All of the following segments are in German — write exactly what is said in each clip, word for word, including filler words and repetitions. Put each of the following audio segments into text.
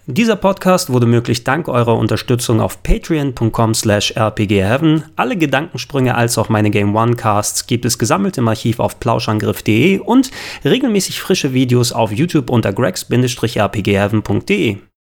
Dieser Podcast wurde möglich dank eurer Unterstützung auf patreon punkt com slash r p g heaven. Alle Gedankensprünge als auch meine Game One Casts gibt es gesammelt im Archiv auf plauschangriff punkt de und regelmäßig frische Videos auf YouTube unter gregs r p g heaven punkt de.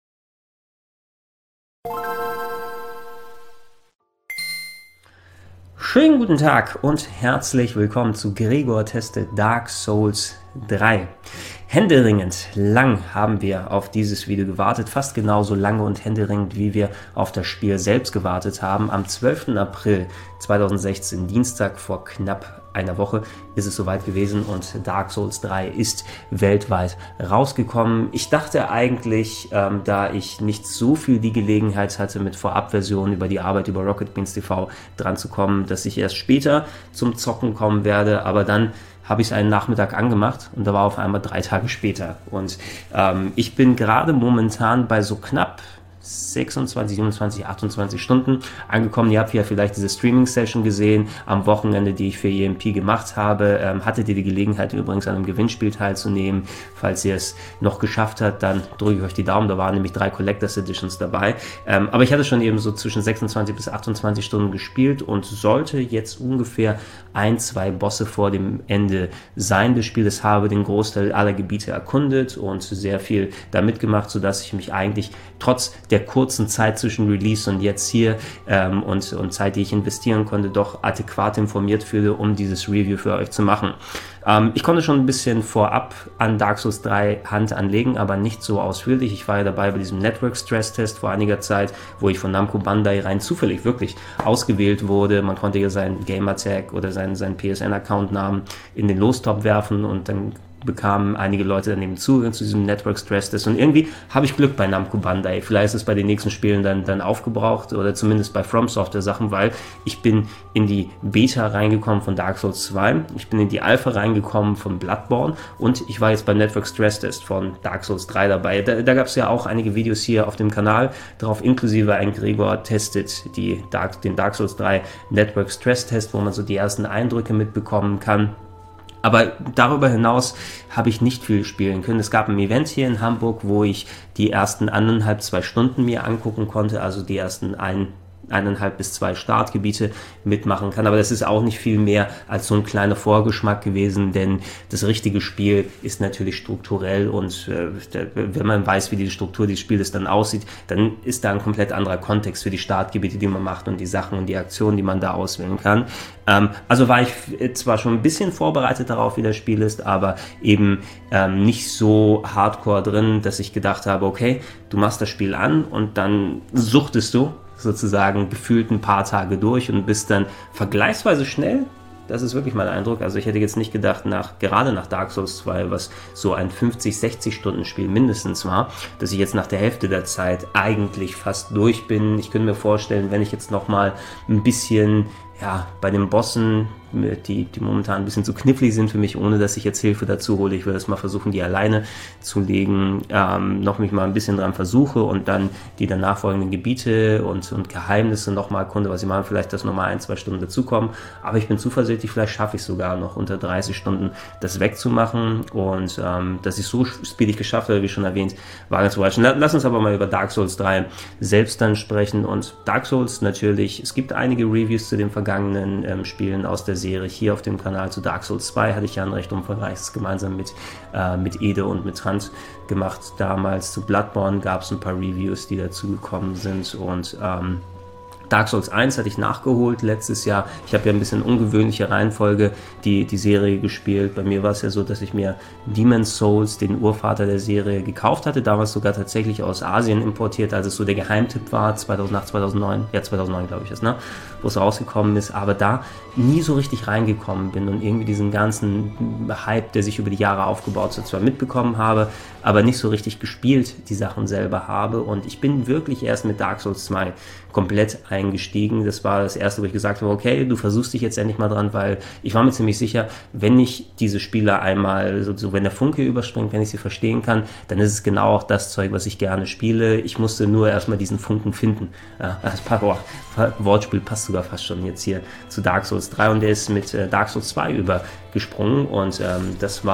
Schönen guten Tag und herzlich willkommen zu Gregor testet Dark Souls drei. Händeringend lang haben wir auf dieses Video gewartet, fast genauso lange und händeringend, wie wir auf das Spiel selbst gewartet haben. Am zwölften April zweitausendsechzehn, Dienstag vor knapp einer Woche, ist es soweit gewesen und Dark Souls drei ist weltweit rausgekommen. Ich dachte eigentlich, ähm, da ich nicht so viel die Gelegenheit hatte, mit Vorabversionen über die Arbeit über Rocket Beans T V dran zu kommen, dass ich erst später zum Zocken kommen werde, aber dann habe ich es einen Nachmittag angemacht und da war auf einmal drei Tage später. Und ähm, ich bin gerade momentan bei so knapp sechsundzwanzig, siebenundzwanzig, achtundzwanzig Stunden angekommen. Ihr habt ja vielleicht diese Streaming-Session gesehen am Wochenende, die ich für E M P gemacht habe. Ähm, hattet ihr die Gelegenheit übrigens an einem Gewinnspiel teilzunehmen? Falls ihr es noch geschafft habt, dann drücke ich euch die Daumen. Da waren nämlich drei Collectors Editions dabei. Ähm, aber ich hatte schon eben so zwischen sechsundzwanzig bis achtundzwanzig Stunden gespielt und sollte jetzt ungefähr ein, zwei Bosse vor dem Ende sein des Spieles, habe den Großteil aller Gebiete erkundet und sehr viel da mitgemacht, sodass ich mich eigentlich trotz der kurzen Zeit zwischen Release und jetzt hier ähm, und, und Zeit, die ich investieren konnte, doch adäquat informiert fühle, um dieses Review für euch zu machen. Ähm, ich konnte schon ein bisschen vorab an Dark Souls drei Hand anlegen, aber nicht so ausführlich. Ich war ja dabei bei diesem Network Stress Test vor einiger Zeit, wo ich von Namco Bandai rein zufällig wirklich ausgewählt wurde. Man konnte ja seinen Gamertag oder seinen, seinen P S N-Account-Namen in den Lostop werfen und dann bekamen einige Leute daneben Zugang zu diesem Network Stress Test und irgendwie habe ich Glück bei Namco Bandai. Vielleicht ist es bei den nächsten Spielen dann, dann aufgebraucht oder zumindest bei From Software Sachen, weil ich bin in die Beta reingekommen von Dark Souls zwei, ich bin in die Alpha reingekommen von Bloodborne und ich war jetzt beim Network Stress Test von Dark Souls drei dabei. Da, da gab es ja auch einige Videos hier auf dem Kanal, darauf inklusive ein Gregor testet die Dark, den Dark Souls drei Network Stress Test, wo man so die ersten Eindrücke mitbekommen kann. Aber darüber hinaus habe ich nicht viel spielen können. Es gab ein Event hier in Hamburg, wo ich die ersten anderthalb, zwei Stunden mir angucken konnte, also die ersten ein, eineinhalb bis zwei Startgebiete mitmachen kann. Aber das ist auch nicht viel mehr als so ein kleiner Vorgeschmack gewesen, denn das richtige Spiel ist natürlich strukturell und äh, wenn man weiß, wie die Struktur des Spieles dann aussieht, dann ist da ein komplett anderer Kontext für die Startgebiete, die man macht und die Sachen und die Aktionen, die man da auswählen kann. Ähm, also war ich zwar schon ein bisschen vorbereitet darauf, wie das Spiel ist, aber eben ähm, nicht so hardcore drin, dass ich gedacht habe, okay, du machst das Spiel an und dann suchtest du sozusagen gefühlt ein paar Tage durch und bist dann vergleichsweise schnell. Das ist wirklich mein Eindruck. Also ich hätte jetzt nicht gedacht, nach, gerade nach Dark Souls zwei, was so ein fünfzig, sechzig Stunden Spiel mindestens war, dass ich jetzt nach der Hälfte der Zeit eigentlich fast durch bin. Ich könnte mir vorstellen, wenn ich jetzt nochmal ein bisschen, ja, bei den Bossen, die, die momentan ein bisschen zu knifflig sind für mich, ohne dass ich jetzt Hilfe dazu hole. Ich würde es mal versuchen, die alleine zu legen, ähm, noch mich mal ein bisschen dran versuche und dann die danach folgenden Gebiete und, und Geheimnisse nochmal erkunde, was ich mache, vielleicht das nochmal ein, zwei Stunden dazukommen. Aber ich bin zuversichtlich, vielleicht schaffe ich sogar noch unter dreißig Stunden das wegzumachen und ähm, dass ich so speedig geschafft habe, wie schon erwähnt, war ganz überraschend. Lass uns aber mal über Dark Souls drei selbst dann sprechen und Dark Souls natürlich, es gibt einige Reviews zu den vergangenen ähm, Spielen aus der Serie hier auf dem Kanal. Zu Dark Souls zwei hatte ich ja ein recht umfangreiches gemeinsam mit, äh, mit Ede und mit Trant gemacht. Damals zu Bloodborne gab es ein paar Reviews, die dazu gekommen sind und ähm, Dark Souls eins hatte ich nachgeholt letztes Jahr. Ich habe ja ein bisschen ungewöhnliche Reihenfolge die, die Serie gespielt. Bei mir war es ja so, dass ich mir Demon's Souls, den Urvater der Serie, gekauft hatte. Damals sogar tatsächlich aus Asien importiert, als es so der Geheimtipp war, zweitausendacht, zweitausendneun, ja zweitausendneun glaube ich ist, ne? Wo es rausgekommen ist. Aber da nie so richtig reingekommen bin und irgendwie diesen ganzen Hype, der sich über die Jahre aufgebaut hat, zwar mitbekommen habe, aber nicht so richtig gespielt die Sachen selber habe. Und ich bin wirklich erst mit Dark Souls zwei komplett eingestiegen. Das war das erste, wo ich gesagt habe, okay, du versuchst dich jetzt endlich mal dran, weil ich war mir ziemlich sicher, wenn ich diese Spiele einmal, so, so wenn der Funke überspringt, wenn ich sie verstehen kann, dann ist es genau auch das Zeug, was ich gerne spiele. Ich musste nur erstmal diesen Funken finden. Ja, das oh, Wortspiel passt sogar fast schon jetzt hier zu Dark Souls drei und der ist mit äh, Dark Souls zwei übergesprungen und ähm, das war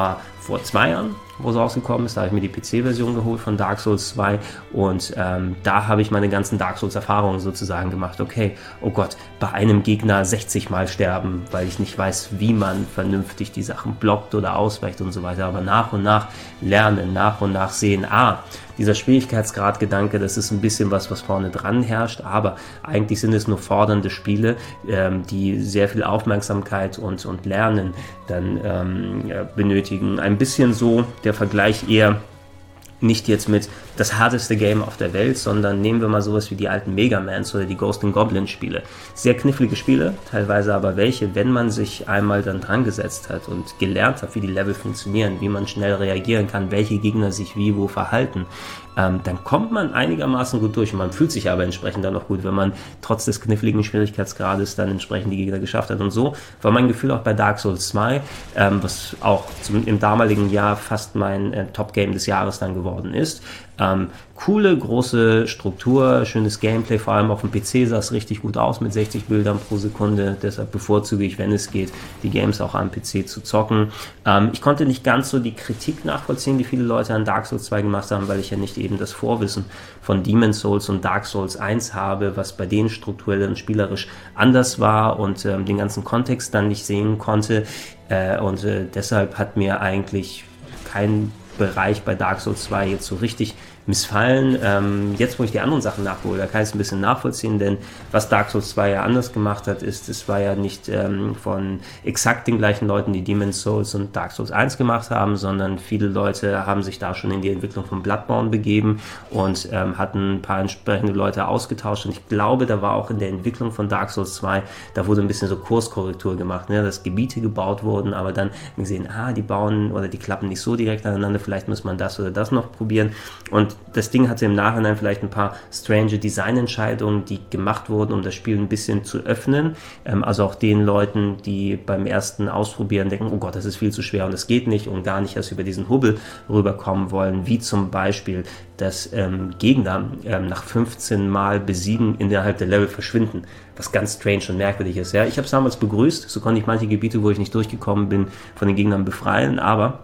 vor zwei Jahren, wo es rausgekommen ist. Da habe ich mir die P C-Version geholt von Dark Souls zwei und ähm, da habe ich meine ganzen Dark Souls-Erfahrungen sozusagen gemacht. Okay, oh Gott, bei einem Gegner sechzig Mal sterben, weil ich nicht weiß, wie man vernünftig die Sachen blockt oder ausweicht und so weiter. Aber nach und nach lernen, nach und nach sehen, ah, dieser Schwierigkeitsgrad-Gedanke, das ist ein bisschen was, was vorne dran herrscht, aber eigentlich sind es nur fordernde Spiele, ähm, die sehr viel Aufmerksamkeit und, und Lernen dann ähm, benötigen. Ein bisschen so der Vergleich eher nicht jetzt mit das härteste Game auf der Welt, sondern nehmen wir mal sowas wie die alten Mega Mans oder die Ghost and Goblin Spiele. Sehr knifflige Spiele, teilweise aber welche, wenn man sich einmal dann dran gesetzt hat und gelernt hat, wie die Level funktionieren, wie man schnell reagieren kann, welche Gegner sich wie wo verhalten, ähm, dann kommt man einigermaßen gut durch und man fühlt sich aber entsprechend dann auch gut, wenn man trotz des kniffligen Schwierigkeitsgrades dann entsprechend die Gegner geschafft hat. Und so war mein Gefühl auch bei Dark Souls zwei, ähm, was auch zum, im damaligen Jahr fast mein äh, Top-Game des Jahres dann geworden ist. Ähm, coole, große Struktur, schönes Gameplay, vor allem auf dem P C sah es richtig gut aus mit sechzig Bildern pro Sekunde, deshalb bevorzuge ich, wenn es geht, die Games auch am P C zu zocken. Ähm, ich konnte nicht ganz so die Kritik nachvollziehen, die viele Leute an Dark Souls zwei gemacht haben, weil ich ja nicht eben das Vorwissen von Demon's Souls und Dark Souls eins habe, was bei denen strukturell und spielerisch anders war und ähm, den ganzen Kontext dann nicht sehen konnte äh, und äh, deshalb hat mir eigentlich kein Bereich bei Dark Souls zwei jetzt so richtig missfallen. Ähm, jetzt, wo ich die anderen Sachen nachhole, da kann ich es ein bisschen nachvollziehen, denn was Dark Souls zwei ja anders gemacht hat, ist, es war ja nicht ähm, von exakt den gleichen Leuten, die Demon's Souls und Dark Souls eins gemacht haben, sondern viele Leute haben sich da schon in die Entwicklung von Bloodborne begeben und ähm, hatten ein paar entsprechende Leute ausgetauscht und ich glaube, da war auch in der Entwicklung von Dark Souls zwei, da wurde ein bisschen so Kurskorrektur gemacht, ne? Dass Gebiete gebaut wurden, aber dann gesehen, ah, die bauen oder die klappen nicht so direkt aneinander, vielleicht muss man das oder das noch probieren und das Ding hatte im Nachhinein vielleicht ein paar strange Designentscheidungen, die gemacht wurden, um das Spiel ein bisschen zu öffnen. Ähm, also auch den Leuten, die beim ersten Ausprobieren denken, oh Gott, das ist viel zu schwer und das geht nicht und gar nicht erst über diesen Hubbel rüberkommen wollen, wie zum Beispiel, dass ähm, Gegner ähm, nach fünfzehn Mal besiegen innerhalb der Level verschwinden, was ganz strange und merkwürdig ist. Ja, ich habe es damals begrüßt, so konnte ich manche Gebiete, wo ich nicht durchgekommen bin, von den Gegnern befreien, aber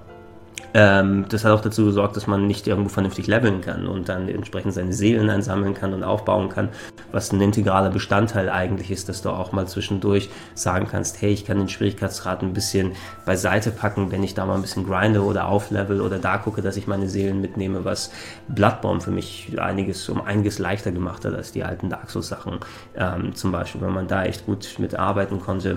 Ähm, das hat auch dazu gesorgt, dass man nicht irgendwo vernünftig leveln kann und dann entsprechend seine Seelen einsammeln kann und aufbauen kann, was ein integraler Bestandteil eigentlich ist, dass du auch mal zwischendurch sagen kannst, hey, ich kann den Schwierigkeitsgrad ein bisschen beiseite packen, wenn ich da mal ein bisschen grinde oder auflevel oder da gucke, dass ich meine Seelen mitnehme, was Bloodborne für mich einiges um einiges leichter gemacht hat als die alten Dark Souls Sachen, ähm, zum Beispiel, wenn man da echt gut mitarbeiten konnte.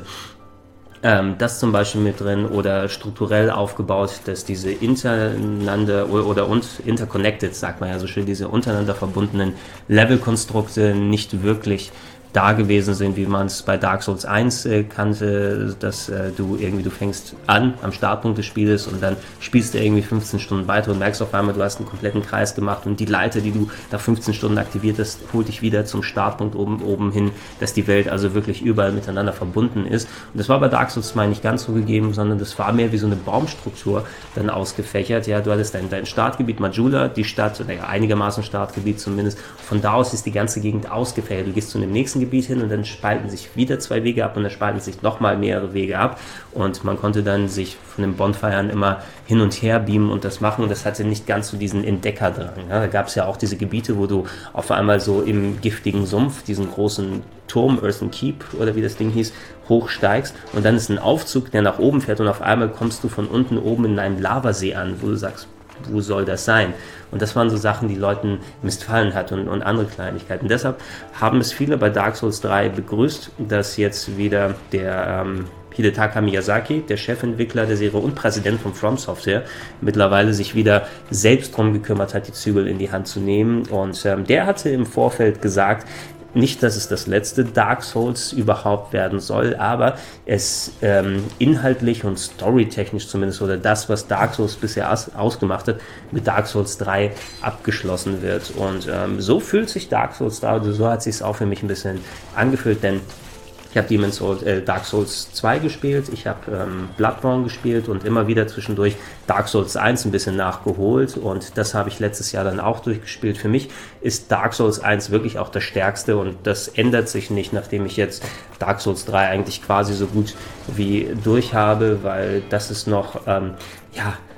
Ähm, das zum Beispiel mit drin oder strukturell aufgebaut, dass diese intereinander oder, oder und interconnected, sagt man ja so schön, diese untereinander verbundenen Levelkonstrukte nicht wirklich da gewesen sind, wie man es bei Dark Souls eins äh, kannte, dass äh, du irgendwie, du fängst an am Startpunkt des Spieles und dann spielst du irgendwie fünfzehn Stunden weiter und merkst auf einmal, du hast einen kompletten Kreis gemacht und die Leiter, die du nach fünfzehn Stunden aktiviert hast, holt dich wieder zum Startpunkt oben, oben hin, dass die Welt also wirklich überall miteinander verbunden ist. Und das war bei Dark Souls zwei nicht ganz so gegeben, sondern das war mehr wie so eine Baumstruktur dann ausgefächert. Ja, du hattest dein, dein Startgebiet Majula, die Stadt, oder ja, einigermaßen Startgebiet zumindest. Von da aus ist die ganze Gegend ausgefächert. Du gehst zu dem nächsten Gebiet hin und dann spalten sich wieder zwei Wege ab und dann spalten sich nochmal mehrere Wege ab und man konnte dann sich von den Bonfiren immer hin und her beamen und das machen und das hatte nicht ganz so diesen Entdeckerdrang. Ja, da gab es ja auch diese Gebiete, wo du auf einmal so im giftigen Sumpf, diesen großen Turm, Earthen Keep oder wie das Ding hieß, hochsteigst und dann ist ein Aufzug, der nach oben fährt und auf einmal kommst du von unten oben in einem Lavasee an, wo du sagst, wo soll das sein? Und das waren so Sachen, die Leuten missfallen hat und, und andere Kleinigkeiten. Deshalb haben es viele bei Dark Souls drei begrüßt, dass jetzt wieder der ähm, Hidetaka Miyazaki, der Chefentwickler der Serie und Präsident von From Software, mittlerweile sich wieder selbst drum gekümmert hat, die Zügel in die Hand zu nehmen. Und ähm, der hatte im Vorfeld gesagt, nicht, dass es das letzte Dark Souls überhaupt werden soll, aber es ähm, inhaltlich und storytechnisch zumindest oder das, was Dark Souls bisher aus, ausgemacht hat, mit Dark Souls drei abgeschlossen wird. Und ähm, so fühlt sich Dark Souls drei, oder so hat sich es auch für mich ein bisschen angefühlt, denn ich habe Demon's Souls, äh, Dark Souls zwei gespielt, ich habe ähm, Bloodborne gespielt und immer wieder zwischendurch Dark Souls eins ein bisschen nachgeholt und das habe ich letztes Jahr dann auch durchgespielt. Für mich ist Dark Souls eins wirklich auch das Stärkste und das ändert sich nicht, nachdem ich jetzt Dark Souls drei eigentlich quasi so gut wie durch habe, weil das ist noch, ähm, ja,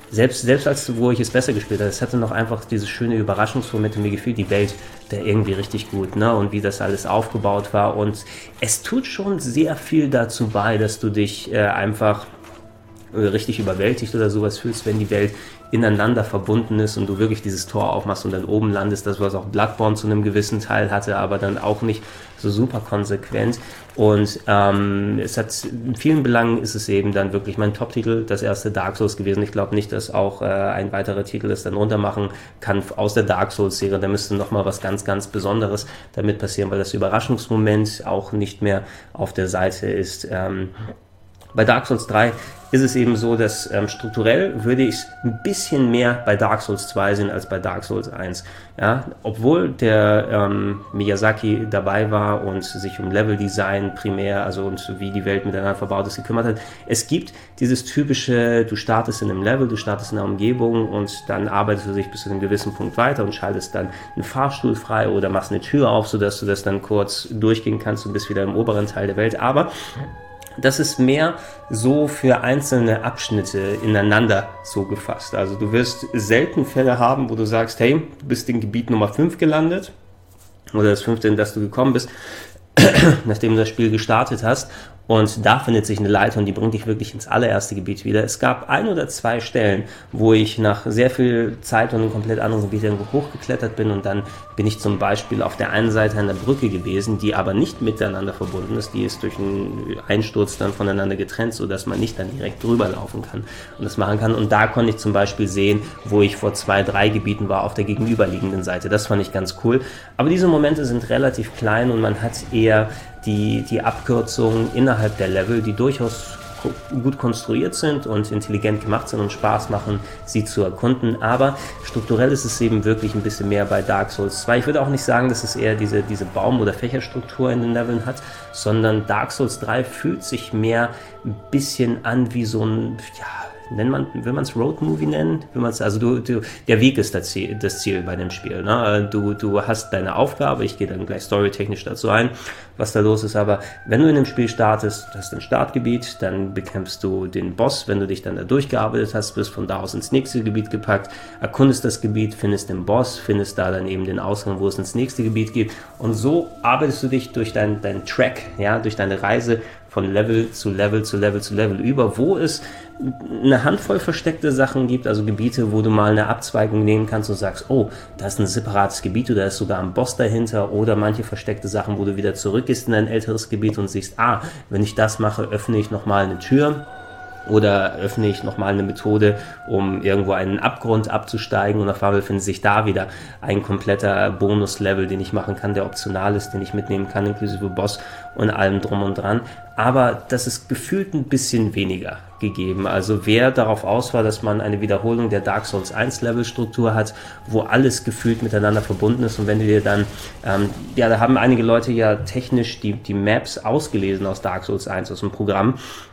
selbst, selbst als wo ich es besser gespielt habe, es hatte noch einfach diese schöne Überraschungsmomente. Mir gefiel die Welt da irgendwie richtig gut, ne? Und wie das alles aufgebaut war. Und es tut schon sehr viel dazu bei, dass du dich äh, einfach äh, richtig überwältigt oder sowas fühlst, wenn die Welt ineinander verbunden ist und du wirklich dieses Tor aufmachst und dann oben landest, das was auch Bloodborne zu einem gewissen Teil hatte, aber dann auch nicht so super konsequent. Und ähm, es hat in vielen Belangen ist es eben dann wirklich mein Top-Titel, das erste Dark Souls gewesen. Ich glaube nicht, dass auch äh, ein weiterer Titel es dann runtermachen kann aus der Dark Souls-Serie. Da müsste nochmal was ganz, ganz Besonderes damit passieren, weil das Überraschungsmoment auch nicht mehr auf der Seite ist. Ähm, Bei Dark Souls drei ist es eben so, dass ähm, strukturell würde ich es ein bisschen mehr bei Dark Souls zwei sehen als bei Dark Souls eins. Ja? Obwohl der ähm, Miyazaki dabei war und sich um Leveldesign primär, also und wie die Welt miteinander verbaut ist, gekümmert hat. Es gibt dieses typische, du startest in einem Level, du startest in einer Umgebung und dann arbeitest du dich bis zu einem gewissen Punkt weiter und schaltest dann einen Fahrstuhl frei oder machst eine Tür auf, sodass du das dann kurz durchgehen kannst und bist wieder im oberen Teil der Welt. Aber das ist mehr so für einzelne Abschnitte ineinander so gefasst. Also du wirst selten Fälle haben, wo du sagst, hey, du bist in Gebiet Nummer fünf gelandet oder das fünfte, in das du gekommen bist, nachdem du das Spiel gestartet hast. Und da findet sich eine Leiter und die bringt dich wirklich ins allererste Gebiet wieder. Es gab ein oder zwei Stellen, wo ich nach sehr viel Zeit und einem komplett anderen Gebiet irgendwo hochgeklettert bin und dann bin ich zum Beispiel auf der einen Seite einer Brücke gewesen, die aber nicht miteinander verbunden ist. Die ist durch einen Einsturz dann voneinander getrennt, sodass man nicht dann direkt drüber laufen kann und das machen kann. Und da konnte ich zum Beispiel sehen, wo ich vor zwei, drei Gebieten war auf der gegenüberliegenden Seite. Das fand ich ganz cool. Aber diese Momente sind relativ klein und man hat eher die, die Abkürzungen innerhalb der Level, die durchaus gut konstruiert sind und intelligent gemacht sind und Spaß machen, sie zu erkunden. Aber strukturell ist es eben wirklich ein bisschen mehr bei Dark Souls zwei. Ich würde auch nicht sagen, dass es eher diese, diese Baum- oder Fächerstruktur in den Leveln hat, sondern Dark Souls drei fühlt sich mehr ein bisschen an wie so ein, ja, nennt man, will man es Road-Movie nennen? Will man's, also du, du, der Weg ist das Ziel, das Ziel bei dem Spiel. Ne? Du, du hast deine Aufgabe, ich gehe dann gleich storytechnisch dazu ein, was da los ist, aber wenn du in dem Spiel startest, du hast ein Startgebiet, dann bekämpfst du den Boss, wenn du dich dann da durchgearbeitet hast, wirst von da aus ins nächste Gebiet gepackt, erkundest das Gebiet, findest den Boss, findest da dann eben den Ausgang, wo es ins nächste Gebiet geht und so arbeitest du dich durch deinen dein Track, ja, durch deine Reise von Level zu Level zu Level zu Level über, wo es eine Handvoll versteckte Sachen gibt, also Gebiete, wo du mal eine Abzweigung nehmen kannst und sagst, oh, da ist ein separates Gebiet oder da ist sogar ein Boss dahinter oder manche versteckte Sachen, wo du wieder zurückgehst in ein älteres Gebiet und siehst, ah, wenn ich das mache, öffne ich nochmal eine Tür. Oder öffne ich nochmal eine Methode, um irgendwo einen Abgrund abzusteigen und auf einmal findet sich da wieder ein kompletter Bonuslevel, den ich machen kann, der optional ist, den ich mitnehmen kann, inklusive Boss und allem drum und dran. Aber das ist gefühlt ein bisschen weniger gegeben. Also wer darauf aus war, dass man eine Wiederholung der Dark Souls eins Levelstruktur hat, wo alles gefühlt miteinander verbunden ist und wenn du dir dann, ähm, ja, da haben einige Leute ja technisch die, die Maps ausgelesen aus Dark Souls eins, aus dem Programm,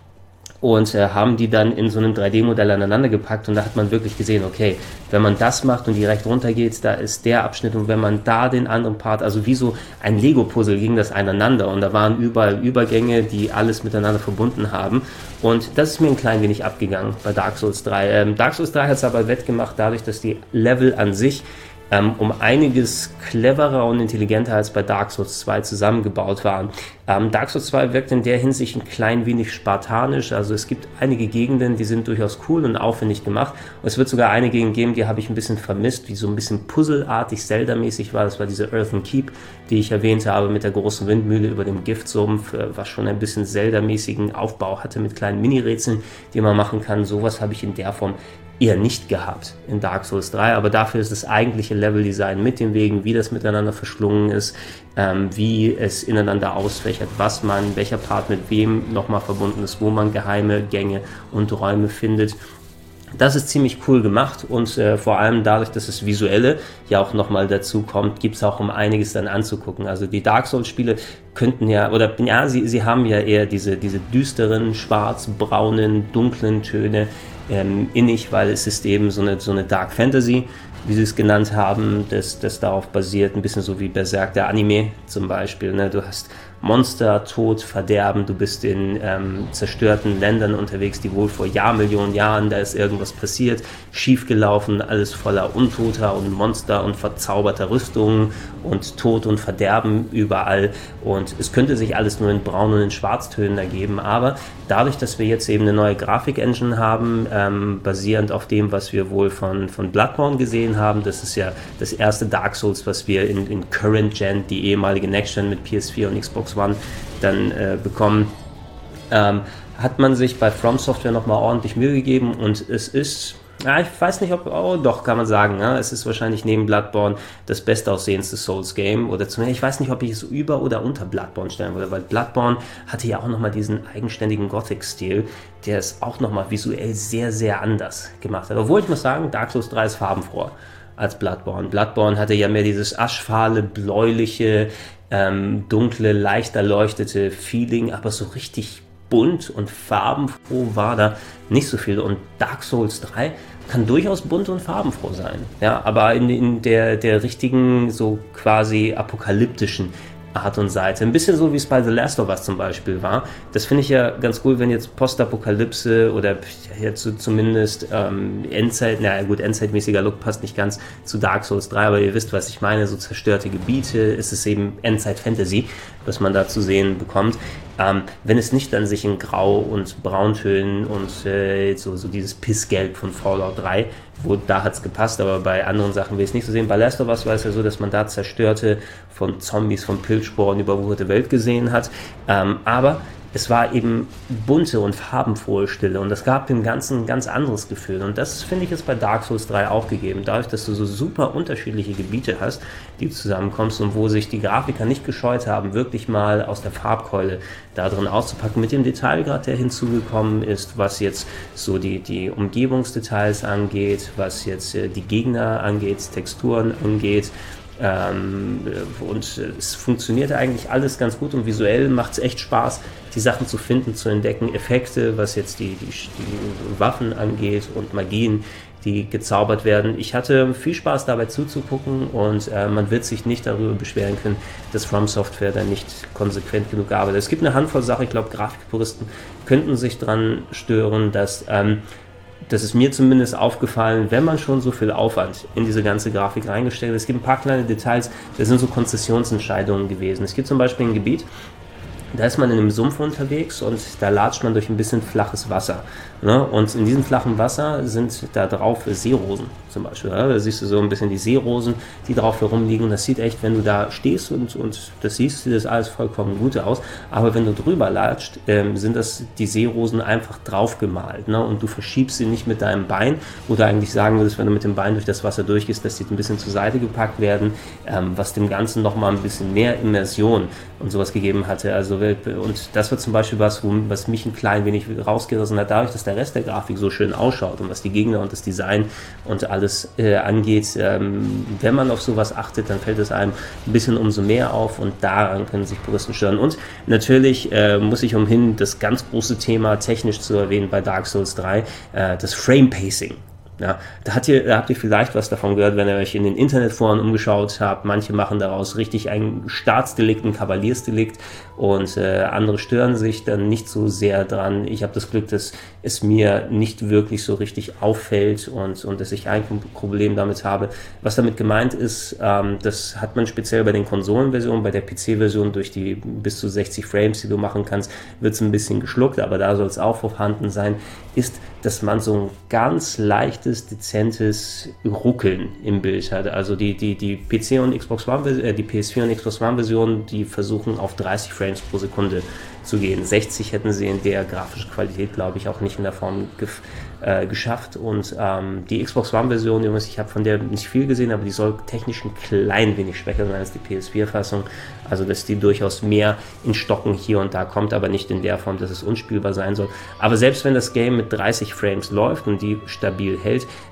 und äh, haben die dann in so einem drei D Modell aneinander gepackt und da hat man wirklich gesehen, okay, wenn man das macht und direkt runter geht, da ist der Abschnitt und wenn man da den anderen Part, also wie so ein Lego-Puzzle ging das aneinander und da waren überall Übergänge, die alles miteinander verbunden haben und das ist mir ein klein wenig abgegangen bei Dark Souls drei. Ähm, Dark Souls drei hat es aber wettgemacht dadurch, dass die Level an sich Ähm, um einiges cleverer und intelligenter als bei Dark Souls zwei zusammengebaut waren. Ähm, Dark Souls zwei wirkt in der Hinsicht ein klein wenig spartanisch, also es gibt einige Gegenden, die sind durchaus cool und aufwendig gemacht und es wird sogar einige Gegenden geben, die habe ich ein bisschen vermisst, wie so ein bisschen puzzelartig, Zelda-mäßig war, das war diese Earthen Keep, die ich erwähnt habe, mit der großen Windmühle über dem Giftsumpf, äh, was schon ein bisschen Zelda-mäßigen Aufbau hatte mit kleinen Mini-Rätseln, die man machen kann, sowas habe ich in der Form eher nicht gehabt in Dark Souls drei, aber dafür ist das eigentliche Leveldesign mit den Wegen, wie das miteinander verschlungen ist, ähm, wie es ineinander ausfächert, was man, welcher Part mit wem nochmal verbunden ist, wo man geheime Gänge und Räume findet. Das ist ziemlich cool gemacht und äh, vor allem dadurch, dass das Visuelle ja auch nochmal dazu kommt, gibt es auch um einiges dann anzugucken. Also die Dark Souls Spiele könnten ja, oder ja, sie, sie haben ja eher diese, diese düsteren, schwarz-braunen, dunklen Töne ähm, innig, weil es ist eben so eine, so eine Dark Fantasy, wie sie es genannt haben, das, das darauf basiert, ein bisschen so wie Berserk, der Anime zum Beispiel. Ne? Du hast Monster, Tod, Verderben, du bist in ähm, zerstörten Ländern unterwegs, die wohl vor Jahrmillionen Jahren, da ist irgendwas passiert, schiefgelaufen, alles voller Untoter und Monster und verzauberter Rüstungen und Tod und Verderben überall, und es könnte sich alles nur in Braun und in Schwarztönen ergeben, aber dadurch, dass wir jetzt eben eine neue Grafik-Engine haben, ähm, basierend auf dem, was wir wohl von, von Bloodborne gesehen haben, das ist ja das erste Dark Souls, was wir in, in Current Gen, die ehemalige Next Gen mit P S vier und Xbox One dann äh, bekommen, ähm, hat man sich bei From Software nochmal ordentlich Mühe gegeben, und es ist, ja, ich weiß nicht, ob, oh doch, kann man sagen, ja, es ist wahrscheinlich neben Bloodborne das bestaussehendste Souls-Game, oder zumindest, ich weiß nicht, ob ich es über oder unter Bloodborne stellen würde, weil Bloodborne hatte ja auch nochmal diesen eigenständigen Gothic-Stil, der es auch nochmal visuell sehr, sehr anders gemacht hat. Obwohl ich muss sagen, Dark Souls drei ist farbenfroher als Bloodborne. Bloodborne hatte ja mehr dieses aschfahle, bläuliche, ähm, dunkle, leicht erleuchtete Feeling, aber so richtig bunt und farbenfroh war da nicht so viel. Und Dark Souls drei kann durchaus bunt und farbenfroh sein, ja, aber in, in der, der richtigen, so quasi apokalyptischen Art und Seite. Ein bisschen so, wie es bei The Last of Us zum Beispiel war. Das finde ich ja ganz cool, wenn jetzt Postapokalypse oder jetzt zumindest ähm, Endzeit, naja gut, endzeitmäßiger Look passt nicht ganz zu Dark Souls drei, aber ihr wisst, was ich meine, so zerstörte Gebiete, ist es eben Endzeit-Fantasy, was man da zu sehen bekommt. Ähm, wenn es nicht dann sich in Grau- und Brauntönen und äh, so, so dieses Pissgelb von Fallout drei, wo da hat es gepasst, aber bei anderen Sachen will ich es nicht so sehen. Bei Last of Us war es ja so, dass man da zerstörte, von Zombies, von Pilzsporen überwucherte Welt gesehen hat, ähm, aber es war eben bunte und farbenfrohe Stille, und das gab dem Ganzen ein ganz anderes Gefühl, und das finde ich ist bei Dark Souls drei auch gegeben, dadurch, dass du so super unterschiedliche Gebiete hast, die zusammenkommst und wo sich die Grafiker nicht gescheut haben, wirklich mal aus der Farbkeule da drin auszupacken, mit dem Detailgrad, der hinzugekommen ist, was jetzt so die, die Umgebungsdetails angeht, was jetzt äh, die Gegner angeht, Texturen angeht. Ähm, und es funktioniert eigentlich alles ganz gut, und visuell macht es echt Spaß, die Sachen zu finden, zu entdecken, Effekte, was jetzt die, die, die Waffen angeht und Magien, die gezaubert werden. Ich hatte viel Spaß dabei zuzugucken, und äh, man wird sich nicht darüber beschweren können, dass From Software da nicht konsequent genug arbeitet. Es gibt eine Handvoll Sachen, ich glaube, Grafikpuristen könnten sich dran stören, dass ähm, das ist mir zumindest aufgefallen, wenn man schon so viel Aufwand in diese ganze Grafik reingesteckt hat. Es gibt ein paar kleine Details, das sind so Konzessionsentscheidungen gewesen. Es gibt zum Beispiel ein Gebiet, da ist man in einem Sumpf unterwegs, und da latscht man durch ein bisschen flaches Wasser. Ne? Und in diesem flachen Wasser sind da drauf Seerosen zum Beispiel. Ja? Da siehst du so ein bisschen die Seerosen, die drauf herumliegen. Und das sieht echt, wenn du da stehst und, und das siehst, sieht das alles vollkommen gut aus. Aber wenn du drüber latscht, ähm, sind das die Seerosen einfach drauf gemalt. Ne? Und du verschiebst sie nicht mit deinem Bein, wo du eigentlich sagen würdest, wenn du mit dem Bein durch das Wasser durchgehst, dass die ein bisschen zur Seite gepackt werden, ähm, was dem Ganzen nochmal ein bisschen mehr Immersion und sowas gegeben hatte. Also, und das war zum Beispiel was, wo, was mich ein klein wenig rausgerissen hat, dadurch, dass der Rest der Grafik so schön ausschaut und was die Gegner und das Design und alles äh, angeht. Ähm, wenn man auf sowas achtet, dann fällt es einem ein bisschen umso mehr auf, und daran können sich Puristen stören. Und natürlich äh, muss ich umhin, das ganz große Thema technisch zu erwähnen bei Dark Souls drei, äh, das Frame Pacing. Ja, da, hat ihr, da habt ihr vielleicht was davon gehört, wenn ihr euch in den Internetforen umgeschaut habt. Manche machen daraus richtig ein Staatsdelikt, ein Kavaliersdelikt, und äh, andere stören sich dann nicht so sehr dran. Ich habe das Glück, dass es mir nicht wirklich so richtig auffällt, und, und dass ich ein Problem damit habe. Was damit gemeint ist, ähm, das hat man speziell bei den Konsolenversionen, bei der P C-Version durch die bis zu sechzig Frames, die du machen kannst, wird es ein bisschen geschluckt, aber da soll es auch vorhanden sein, ist, dass man so ein ganz leichtes, dezentes Ruckeln im Bild hat. Also die, die, die P C und Xbox One, äh, die P S vier und Xbox One Version, die versuchen auf dreißig Frames pro Sekunde zu gehen. sechzig hätten sie in der grafischen Qualität, glaube ich, auch nicht in der Form gef- äh, geschafft. Und ähm, die Xbox One Version, Jungs, ich habe von der nicht viel gesehen, aber die soll technisch ein klein wenig schwächer sein als die P S vier Fassung. Also dass die durchaus mehr in Stocken hier und da kommt, aber nicht in der Form, dass es unspielbar sein soll. Aber selbst wenn das Game mit dreißig Frames läuft und die stabil hält,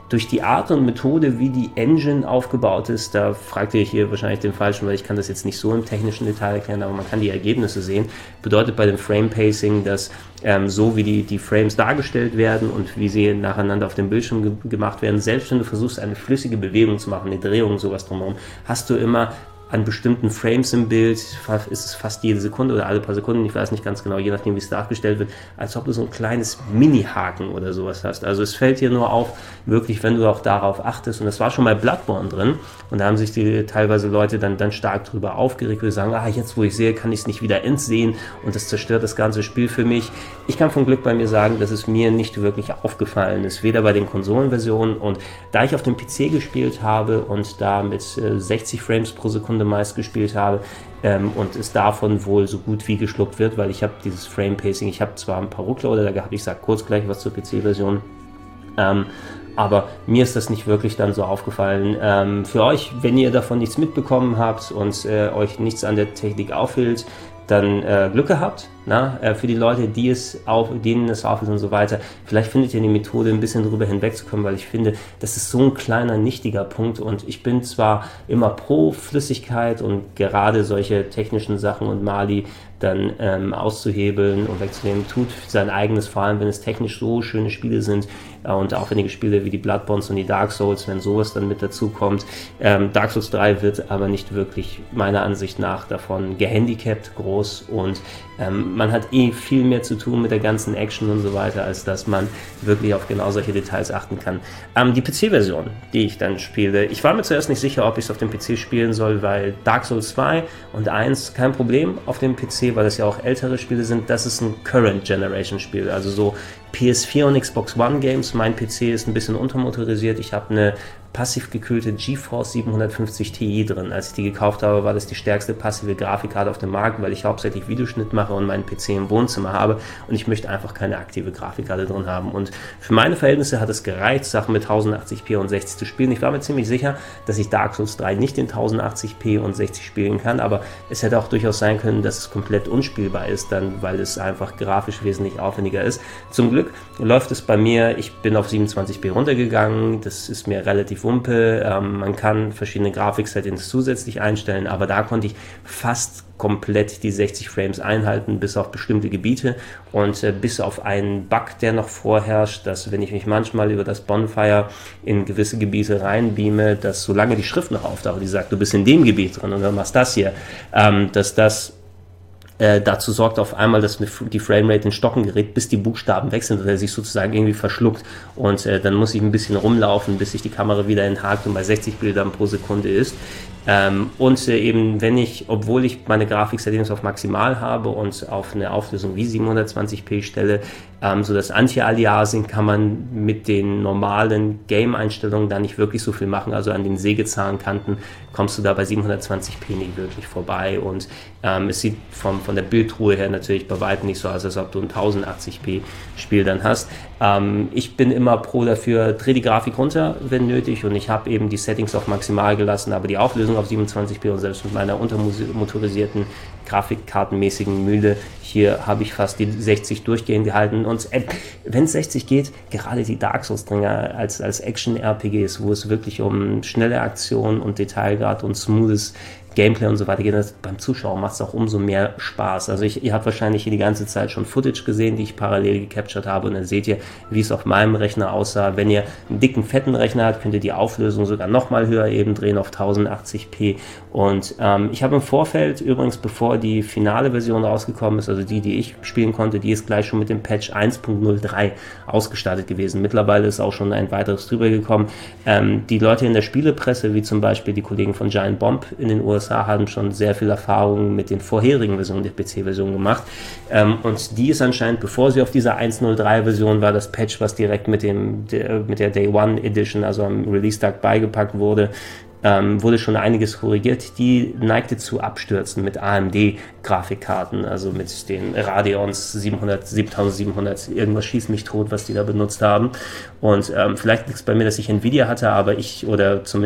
durch die Art und Methode, wie die Engine aufgebaut ist, da fragt ihr hier wahrscheinlich den Falschen, weil ich kann das jetzt nicht so im technischen Detail erklären, aber man kann die Ergebnisse sehen. Bedeutet bei dem Frame Pacing, dass ähm, so wie die, die Frames dargestellt werden und wie sie nacheinander auf dem Bildschirm ge gemacht werden, selbst wenn du versuchst, eine flüssige Bewegung zu machen, eine Drehung, sowas drumherum, hast du immer an bestimmten Frames im Bild, ist es fast jede Sekunde oder alle paar Sekunden, ich weiß nicht ganz genau, je nachdem wie es dargestellt wird, als ob du so ein kleines Mini-Haken oder sowas hast. Also es fällt dir nur auf, wirklich, wenn du auch darauf achtest, und das war schon bei Bloodborne drin, und da haben sich die teilweise Leute dann, dann stark drüber aufgeregt, weil sie sagen, ah, jetzt wo ich sehe, kann ich es nicht wieder entsehen und das zerstört das ganze Spiel für mich. Ich kann von Glück bei mir sagen, dass es mir nicht wirklich aufgefallen ist, weder bei den Konsolenversionen, und da ich auf dem P C gespielt habe und da mit äh, sechzig Frames pro Sekunde meist gespielt habe ähm, und es davon wohl so gut wie geschluckt wird, weil ich habe dieses Frame Pacing, ich habe zwar ein paar Ruckler oder da gehabt, ich sage kurz gleich was zur P C-Version, ähm, aber mir ist das nicht wirklich dann so aufgefallen. Ähm, für euch, wenn ihr davon nichts mitbekommen habt und äh, euch nichts an der Technik auffällt, dann äh, Glück gehabt, na? Äh, für die Leute, die es auf, denen es auffällt und so weiter. Vielleicht findet ihr die Methode, ein bisschen drüber hinwegzukommen, weil ich finde, das ist so ein kleiner, nichtiger Punkt, und ich bin zwar immer pro Flüssigkeit und gerade solche technischen Sachen und Mali dann ähm, auszuhebeln und wegzunehmen, tut sein eigenes, vor allem wenn es technisch so schöne Spiele sind äh, und aufwendige Spiele wie die Bloodborne und die Dark Souls, wenn sowas dann mit dazu kommt. Ähm, Dark Souls drei wird aber nicht wirklich meiner Ansicht nach davon gehandicapt groß, und ähm, man hat eh viel mehr zu tun mit der ganzen Action und so weiter, als dass man wirklich auf genau solche Details achten kann. Ähm, die P C-Version, die ich dann spiele, ich war mir zuerst nicht sicher, ob ich es auf dem P C spielen soll, weil Dark Souls zwei und eins kein Problem auf dem P C, weil das ja auch ältere Spiele sind. Das ist ein Current Generation Spiel, also so P S vier und Xbox One Games. Mein P C ist ein bisschen untermotorisiert. Ich habe eine passiv gekühlte GeForce siebenhundertfünfzig Ti drin. Als ich die gekauft habe, war das die stärkste passive Grafikkarte auf dem Markt, weil ich hauptsächlich Videoschnitt mache und meinen P C im Wohnzimmer habe, und ich möchte einfach keine aktive Grafikkarte drin haben. Und für meine Verhältnisse hat es gereicht, Sachen mit tausendachtzig p und sechzig zu spielen. Ich war mir ziemlich sicher, dass ich Dark Souls drei nicht in tausendachtzig p und sechzig spielen kann, aber es hätte auch durchaus sein können, dass es komplett unspielbar ist, dann, weil es einfach grafisch wesentlich aufwendiger ist. Zum Glück läuft es bei mir, ich bin auf siebenundzwanzig p runtergegangen, das ist mir relativ Wumpe, ähm, man kann verschiedene Grafik-Settings zusätzlich einstellen, aber da konnte ich fast komplett die sechzig Frames einhalten, bis auf bestimmte Gebiete und äh, bis auf einen Bug, der noch vorherrscht, dass wenn ich mich manchmal über das Bonfire in gewisse Gebiete reinbeame, dass solange die Schrift noch auftaucht, die sagt, du bist in dem Gebiet drin und dann machst das hier, ähm, dass das Äh, dazu sorgt auf einmal, dass die Framerate in Stocken gerät, bis die Buchstaben wechseln oder er sich sozusagen irgendwie verschluckt, und äh, dann muss ich ein bisschen rumlaufen, bis sich die Kamera wieder enthakt und bei sechzig Bildern pro Sekunde ist. Ähm, und äh, eben wenn ich, obwohl ich meine Grafik-Settings auf maximal habe und auf eine Auflösung wie siebenhundertzwanzig p stelle, ähm, so das Anti-Aliasing kann man mit den normalen Game-Einstellungen da nicht wirklich so viel machen, also an den Sägezahnkanten kommst du da bei siebenhundertzwanzig p nicht wirklich vorbei, und ähm, es sieht vom, von der Bildruhe her natürlich bei weitem nicht so aus, als ob du ein tausendachtzig p Spiel dann hast. Ähm, ich bin immer pro dafür, dreh die Grafik runter, wenn nötig, und ich habe eben die Settings auf maximal gelassen, aber die Auflösung auf siebenundzwanzig p, und selbst mit meiner untermotorisierten grafikkartenmäßigen Mühle hier habe ich fast die sechzig durchgehend gehalten, und äh, wenn es sechzig geht, gerade die Dark Souls-Dinger als, als Action-R P Gs, wo es wirklich um schnelle Aktion und Detailgrad und smoothes Gameplay und so weiter geht, das beim Zuschauer macht es auch umso mehr Spaß. Also ich, ihr habt wahrscheinlich hier die ganze Zeit schon Footage gesehen, die ich parallel gecaptured habe, und dann seht ihr, wie es auf meinem Rechner aussah. Wenn ihr einen dicken, fetten Rechner habt, könnt ihr die Auflösung sogar nochmal höher eben drehen auf tausendachtzig p, und ähm, ich habe im Vorfeld, übrigens bevor die finale Version rausgekommen ist, also die, die ich spielen konnte, die ist gleich schon mit dem Patch eins Punkt null drei ausgestattet gewesen. Mittlerweile ist auch schon ein weiteres drüber gekommen. Ähm, die Leute in der Spielepresse, wie zum Beispiel die Kollegen von Giant Bomb in den U S A, haben schon sehr viel Erfahrung mit den vorherigen Versionen der P C-Version gemacht, ähm, und die ist anscheinend, bevor sie auf dieser eins Punkt null drei Version war, das Patch, was direkt mit dem der, mit der Day One Edition, also am Release-Tag beigepackt wurde, ähm, wurde schon einiges korrigiert. Die neigte zu Abstürzen mit A M D-Grafikkarten, also mit den Radeons siebenhundert, siebentausendsiebenhundert, irgendwas schießt mich tot, was die da benutzt haben. Und ähm, vielleicht liegt es bei mir, dass ich Nvidia hatte, aber ich, oder zumindest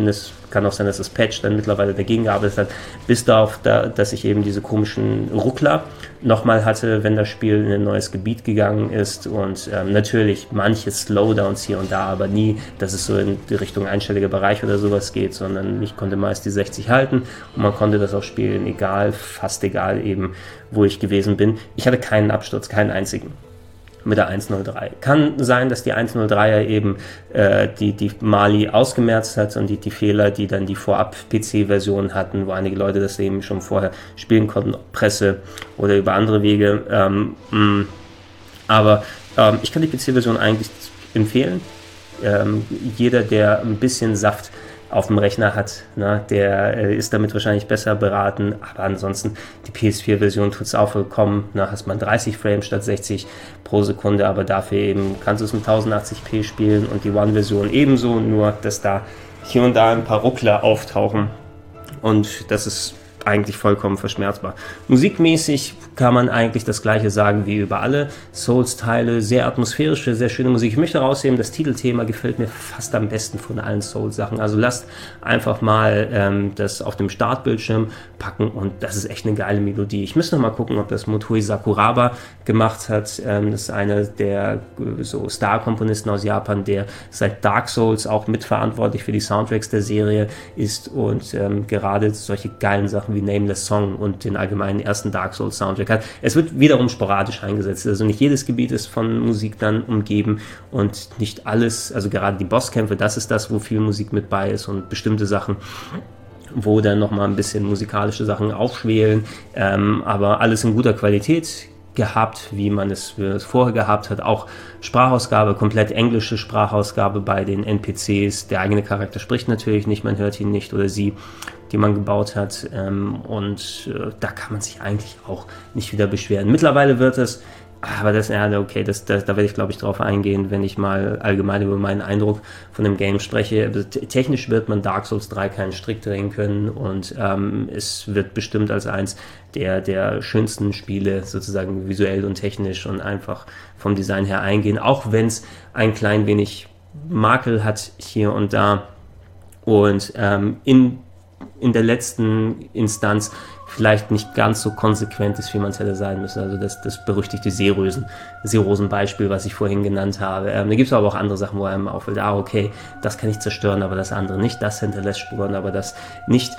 kann auch sein, dass das Patch dann mittlerweile dagegen gearbeitet hat, bis darauf, da, dass ich eben diese komischen Ruckler nochmal hatte, wenn das Spiel in ein neues Gebiet gegangen ist und ähm, natürlich manche Slowdowns hier und da, aber nie, dass es so in die Richtung einstelliger Bereich oder sowas geht, sondern ich konnte meist die sechzig halten und man konnte das auch spielen, egal, fast egal eben, wo ich gewesen bin. Ich hatte keinen Absturz, keinen einzigen mit der eins null drei. Kann sein, dass die eins null dreier eben äh, die, die Mali ausgemerzt hat und die, die Fehler, die dann die Vorab-P C-Version hatten, wo einige Leute das eben schon vorher spielen konnten, Presse oder über andere Wege. Ähm, mh. Aber ähm, ich kann die P C-Version eigentlich empfehlen. Ähm, jeder, der ein bisschen Saft auf dem Rechner hat, ne, der äh, ist damit wahrscheinlich besser beraten, aber ansonsten die P S vier Version tut es auch vollkommen, ne, hast man dreißig Frames statt sechzig pro Sekunde, aber dafür eben kannst du es mit tausendachtzig p spielen und die One-Version ebenso, nur dass da hier und da ein paar Ruckler auftauchen und das ist eigentlich vollkommen verschmerzbar. Musikmäßig kann man eigentlich das Gleiche sagen wie über alle Souls-Teile. Sehr atmosphärische, sehr schöne Musik. Ich möchte herausheben, das Titelthema gefällt mir fast am besten von allen Souls-Sachen. Also lasst einfach mal ähm, das auf dem Startbildschirm packen und das ist echt eine geile Melodie. Ich müsste noch mal gucken, ob das Motoi Sakuraba gemacht hat. Ähm, das ist einer der äh, so Star-Komponisten aus Japan, der seit Dark Souls auch mitverantwortlich für die Soundtracks der Serie ist und ähm, gerade solche geilen Sachen wie Nameless Song und den allgemeinen ersten Dark Souls Soundtrack hat. Es wird wiederum sporadisch eingesetzt, also nicht jedes Gebiet ist von Musik dann umgeben und nicht alles, also gerade die Bosskämpfe, das ist das, wo viel Musik mit bei ist und bestimmte Sachen, wo dann nochmal ein bisschen musikalische Sachen aufschwelen, ähm, aber alles in guter Qualität gehabt, wie man es, wie man es vorher gehabt hat. Auch Sprachausgabe, komplett englische Sprachausgabe bei den N P Cs. Der eigene Charakter spricht natürlich nicht, man hört ihn nicht oder sie, die man gebaut hat. Ähm, und äh, da kann man sich eigentlich auch nicht wieder beschweren. Mittlerweile wird es, aber das, ja, okay, das, das, da werde ich glaube ich drauf eingehen, wenn ich mal allgemein über meinen Eindruck von dem Game spreche. Technisch wird man Dark Souls drei keinen Strick drehen können und ähm, es wird bestimmt als eins der, der schönsten Spiele sozusagen visuell und technisch und einfach vom Design her eingehen, auch wenn es ein klein wenig Makel hat hier und da und ähm, in, in der letzten Instanz vielleicht nicht ganz so konsequent ist, wie man es hätte sein müssen. Also das, das berüchtigte Seerösen, Seerosen-Beispiel, was ich vorhin genannt habe. Ähm, da gibt es aber auch andere Sachen, wo einem auffällt, ah, okay, das kann ich zerstören, aber das andere nicht. Das hinterlässt Spuren, aber das nicht.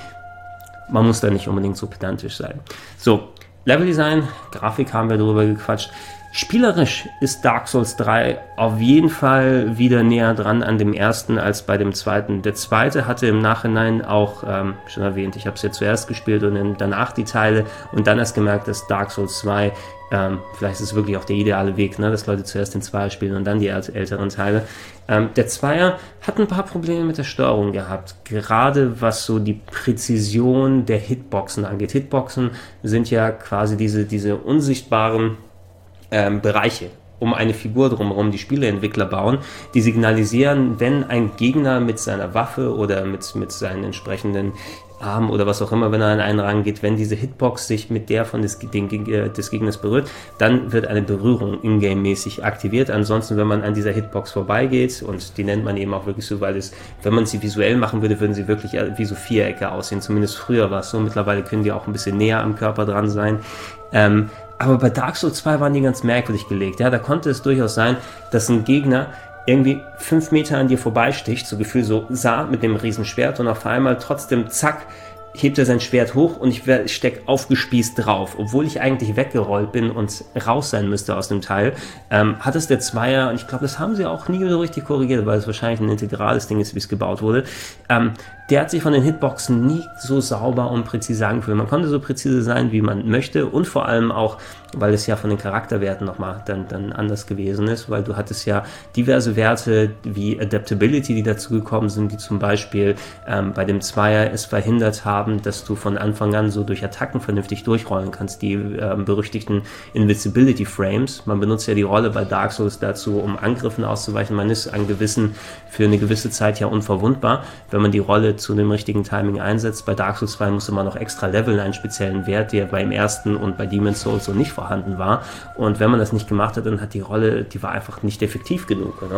Man muss da nicht unbedingt so pedantisch sein. So, Leveldesign, Grafik haben wir drüber gequatscht. Spielerisch ist Dark Souls drei auf jeden Fall wieder näher dran an dem ersten als bei dem zweiten. Der zweite hatte im Nachhinein auch, ähm, schon erwähnt, ich habe es ja zuerst gespielt und danach die Teile und dann erst gemerkt, dass Dark Souls zwei, ähm, vielleicht ist es wirklich auch der ideale Weg, ne, dass Leute zuerst den Zweier spielen und dann die älteren Teile. Ähm, der Zweier hat ein paar Probleme mit der Steuerung gehabt, gerade was so die Präzision der Hitboxen angeht. Hitboxen sind ja quasi diese, diese unsichtbaren Ähm, Bereiche um eine Figur drumherum, die Spieleentwickler bauen, die signalisieren, wenn ein Gegner mit seiner Waffe oder mit, mit seinen entsprechenden Arm oder was auch immer, wenn er an einen rangeht, wenn diese Hitbox sich mit der von des, den, des Gegners berührt, dann wird eine Berührung ingame-mäßig aktiviert. Ansonsten, wenn man an dieser Hitbox vorbeigeht, und die nennt man eben auch wirklich so, weil es, wenn man sie visuell machen würde, würden sie wirklich wie so Vierecke aussehen. Zumindest früher war es so. Mittlerweile können die auch ein bisschen näher am Körper dran sein. Ähm, aber bei Dark Souls zwei waren die ganz merkwürdig gelegt. Ja, da konnte es durchaus sein, dass ein Gegner irgendwie fünf Meter an dir vorbeisticht, so Gefühl so sah mit dem riesen Schwert und auf einmal trotzdem zack, hebt er sein Schwert hoch und ich stecke aufgespießt drauf, obwohl ich eigentlich weggerollt bin und raus sein müsste aus dem Teil. Ähm, hat es der Zweier, und ich glaube, das haben sie auch nie so richtig korrigiert, weil es wahrscheinlich ein integrales Ding ist, wie es gebaut wurde, ähm, der hat sich von den Hitboxen nie so sauber und präzise angefühlt. Man konnte so präzise sein, wie man möchte und vor allem auch, weil es ja von den Charakterwerten nochmal dann, dann anders gewesen ist, weil du hattest ja diverse Werte wie Adaptability, die dazu gekommen sind, die zum Beispiel ähm, bei dem Zweier es verhindert haben, dass du von Anfang an so durch Attacken vernünftig durchrollen kannst, die ähm, berüchtigten Invisibility Frames. Man benutzt ja die Rolle bei Dark Souls dazu, um Angriffen auszuweichen. Man ist an gewissen, für eine gewisse Zeit ja unverwundbar, wenn man die Rolle zu dem richtigen Timing einsetzt. Bei Dark Souls zwei musste man noch extra leveln, einen speziellen Wert, der beim ersten und bei Demon's Souls so nicht vorhanden war. Und wenn man das nicht gemacht hat, dann hat die Rolle, die war einfach nicht effektiv genug. Oder?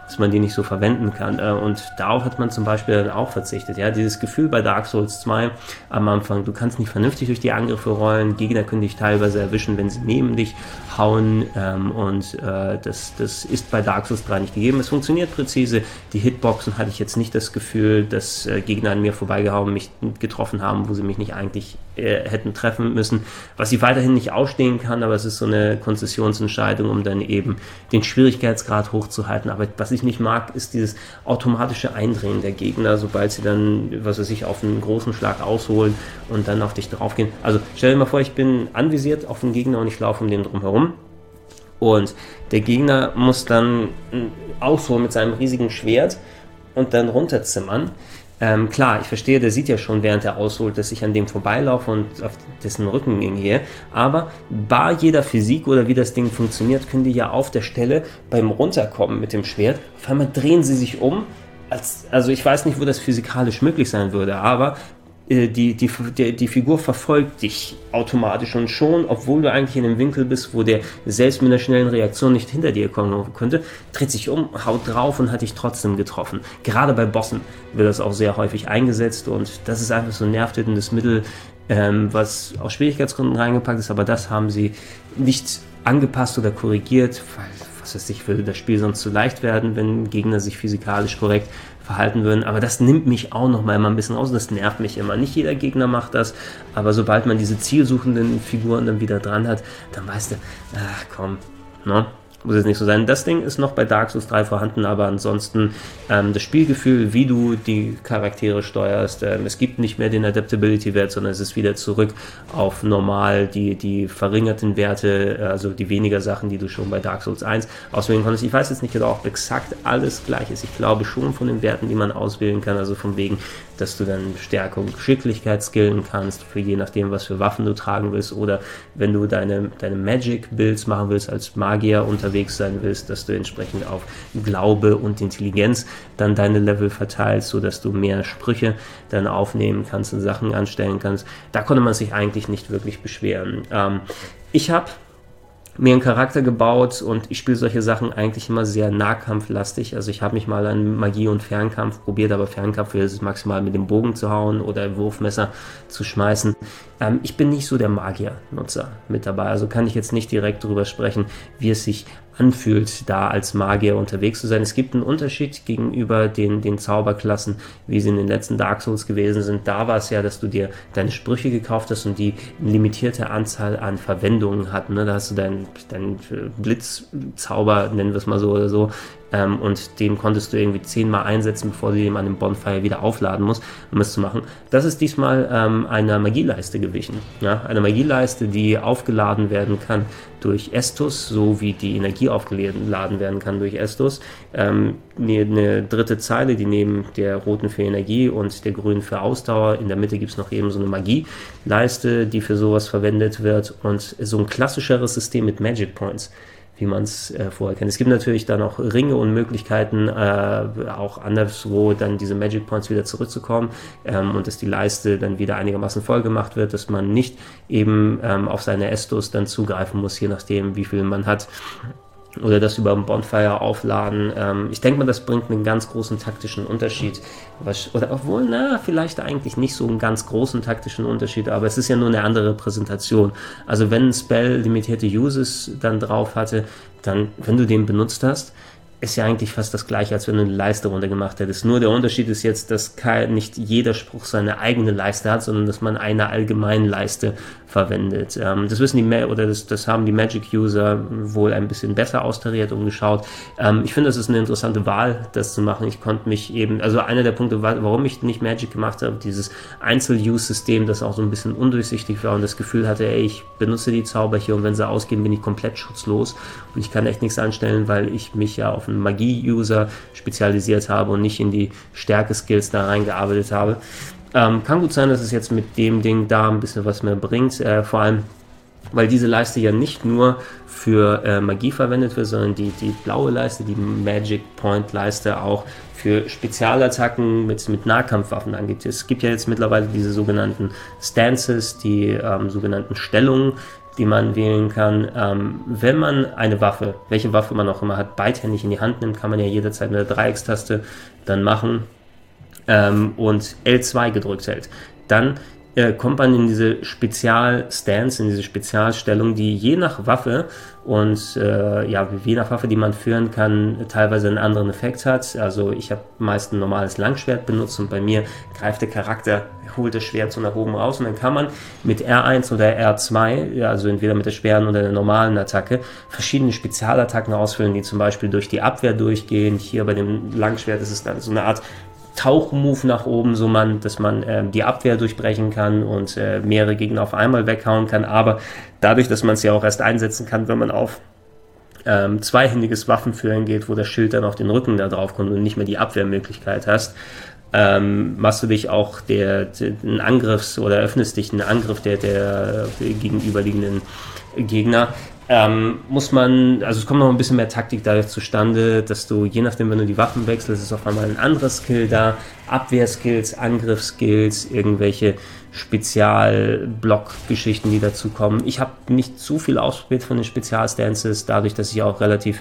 dass man die nicht so verwenden kann. Und darauf hat man zum Beispiel dann auch verzichtet. Ja, dieses Gefühl bei Dark Souls zwei am Anfang, du kannst nicht vernünftig durch die Angriffe rollen, Gegner können dich teilweise erwischen, wenn sie neben dich hauen, ähm, und äh, das, das ist bei Dark Souls drei nicht gegeben. Es funktioniert präzise. Die Hitboxen hatte ich jetzt nicht das Gefühl, dass äh, Gegner an mir vorbeigehauen, mich getroffen haben, wo sie mich nicht eigentlich äh, hätten treffen müssen, was ich weiterhin nicht ausstehen kann, aber es ist so eine Konzessionsentscheidung, um dann eben den Schwierigkeitsgrad hochzuhalten. Aber was ich nicht mag, ist dieses automatische Eindringen der Gegner, sobald sie dann, was weiß ich, auf einen großen Schlag ausholen und dann auf dich draufgehen. Also stell dir mal vor, ich bin anvisiert auf den Gegner und ich laufe um den drum herum und der Gegner muss dann ausholen mit seinem riesigen Schwert und dann runterzimmern. Ähm, klar, ich verstehe, der sieht ja schon, während er ausholt, dass ich an dem vorbeilaufe und auf dessen Rücken gehe, aber bar jeder Physik oder wie das Ding funktioniert, können die ja auf der Stelle beim Runterkommen mit dem Schwert, auf einmal drehen sie sich um, als, also ich weiß nicht, wo das physikalisch möglich sein würde, aber Die, die, die, die Figur verfolgt dich automatisch und schon, obwohl du eigentlich in einem Winkel bist, wo der selbst mit einer schnellen Reaktion nicht hinter dir kommen könnte, dreht sich um, haut drauf und hat dich trotzdem getroffen. Gerade bei Bossen wird das auch sehr häufig eingesetzt und das ist einfach so ein nervtötendes Mittel, ähm, was aus Schwierigkeitsgründen reingepackt ist, aber das haben sie nicht angepasst oder korrigiert, weil, was weiß ich, würde das Spiel sonst zu leicht werden, wenn Gegner sich physikalisch korrekt verhalten würden, aber das nimmt mich auch noch mal immer ein bisschen aus, das nervt mich immer. Nicht jeder Gegner macht das, aber sobald man diese zielsuchenden Figuren dann wieder dran hat, dann weißt du, ach komm, ne? Muss jetzt nicht so sein. Das Ding ist noch bei Dark Souls drei vorhanden, aber ansonsten ähm, das Spielgefühl, wie du die Charaktere steuerst, ähm, es gibt nicht mehr den Adaptability-Wert, sondern es ist wieder zurück auf normal die, die verringerten Werte, also die weniger Sachen, die du schon bei Dark Souls eins auswählen konntest. Ich weiß jetzt nicht genau, ob exakt alles gleich ist. Ich glaube schon von den Werten, die man auswählen kann, also von wegen, dass du dann Stärke und Geschicklichkeit skillen kannst, für je nachdem, was für Waffen du tragen willst, oder wenn du deine, deine Magic-Builds machen willst, als Magier unterwegs sein willst, dass du entsprechend auf Glaube und Intelligenz dann deine Level verteilst, sodass du mehr Sprüche dann aufnehmen kannst und Sachen anstellen kannst. Da konnte man sich eigentlich nicht wirklich beschweren. Ähm, ich habe mir einen Charakter gebaut und ich spiele solche Sachen eigentlich immer sehr nahkampflastig. Also ich habe mich mal an Magie und Fernkampf probiert, aber Fernkampf ist es maximal mit dem Bogen zu hauen oder Wurfmesser zu schmeißen. Ähm, ich bin nicht so der Magier-Nutzer mit dabei, also kann ich jetzt nicht direkt darüber sprechen, wie es sich anfühlt, da als Magier unterwegs zu sein. Es gibt einen Unterschied gegenüber den, den Zauberklassen, wie sie in den letzten Dark Souls gewesen sind. Da war es ja, dass du dir deine Sprüche gekauft hast und die eine limitierte Anzahl an Verwendungen hatten. Ne? Da hast du deinen dein Blitzzauber, nennen wir es mal so oder so, ähm, und den konntest du irgendwie zehnmal einsetzen, bevor du den an dem Bonfire wieder aufladen musst, um es zu machen. Das ist diesmal ähm, einer Magieleiste gewichen. Ja? Eine Magieleiste, die aufgeladen werden kann durch Estus, so wie die Energie aufgeladen werden kann durch Estus. Ähm, eine dritte Zeile, die neben der roten für Energie und der grünen für Ausdauer, in der Mitte gibt es noch eben so eine Magieleiste, die für sowas verwendet wird, und so ein klassischeres System mit Magic Points, wie man es äh, vorher kennt. Es gibt natürlich dann auch Ringe und Möglichkeiten, äh, auch anderswo dann diese Magic Points wieder zurückzukommen, ähm, und dass die Leiste dann wieder einigermaßen voll gemacht wird, dass man nicht eben ähm, auf seine Estus dann zugreifen muss, je nachdem, wie viel man hat. Oder das über ein Bonfire aufladen. Ähm, ich denke mal, das bringt einen ganz großen taktischen Unterschied. Was, oder obwohl, na, vielleicht eigentlich nicht so einen ganz großen taktischen Unterschied, aber es ist ja nur eine andere Präsentation. Also wenn ein Spell limitierte Uses dann drauf hatte, dann, wenn du den benutzt hast, ist ja eigentlich fast das gleiche, als wenn du eine Leiste runtergemacht hättest. Nur der Unterschied ist jetzt, dass nicht jeder Spruch seine eigene Leiste hat, sondern dass man eine allgemeine Leiste verwendet. Ähm, das wissen die, oder das, das haben die Magic-User wohl ein bisschen besser austariert und geschaut. Ähm, ich finde, das ist eine interessante Wahl, das zu machen. Ich konnte mich eben, also einer der Punkte, warum ich nicht Magic gemacht habe, dieses Einzel-Use-System, das auch so ein bisschen undurchsichtig war und das Gefühl hatte, ey, ich benutze die Zauber hier und wenn sie ausgehen, bin ich komplett schutzlos und ich kann echt nichts anstellen, weil ich mich ja auf einen Magie-User spezialisiert habe und nicht in die Stärke-Skills da reingearbeitet habe. Ähm, kann gut sein, dass es jetzt mit dem Ding da ein bisschen was mehr bringt, äh, vor allem, weil diese Leiste ja nicht nur für äh, Magie verwendet wird, sondern die, die blaue Leiste, die Magic Point Leiste auch für Spezialattacken mit, mit Nahkampfwaffen angeht. Es gibt ja jetzt mittlerweile diese sogenannten Stances, die ähm, sogenannten Stellungen, die man wählen kann. Ähm, wenn man eine Waffe, welche Waffe man auch immer hat, beidhändig in die Hand nimmt, kann man ja jederzeit mit der Dreieckstaste dann machen ähm, und L zwei gedrückt hält. Dann äh, kommt man in diese Spezialstance, in diese Spezialstellung, die je nach Waffe und äh, ja, je nach Waffe, die man führen kann, teilweise einen anderen Effekt hat. Also ich habe meist ein normales Langschwert benutzt und bei mir greift der Charakter, holt das Schwert so nach oben raus und dann kann man mit R eins oder R zwei, also entweder mit der schweren oder der normalen Attacke, verschiedene Spezialattacken ausführen, die zum Beispiel durch die Abwehr durchgehen. Hier bei dem Langschwert ist es dann so eine Art Tauchmove nach oben, so man, dass man äh, die Abwehr durchbrechen kann und äh, mehrere Gegner auf einmal weghauen kann, aber dadurch, dass man es ja auch erst einsetzen kann, wenn man auf ähm, zweihändiges Waffenführen geht, wo das Schild dann auf den Rücken da drauf kommt und nicht mehr die Abwehrmöglichkeit hast, ähm, machst du dich auch der, der einen Angriffs- oder öffnest dich einen Angriff der, der gegenüberliegenden Gegner. Ähm, muss man, also es kommt noch ein bisschen mehr Taktik dadurch zustande, dass du, je nachdem, wenn du die Waffen wechselst, ist auf einmal ein anderer Skill da, Abwehrskills, Angriffsskills, irgendwelche Spezial-Block-Geschichten, die dazu kommen. Ich habe nicht zu viel ausprobiert von den Spezialstances, dadurch, dass ich auch relativ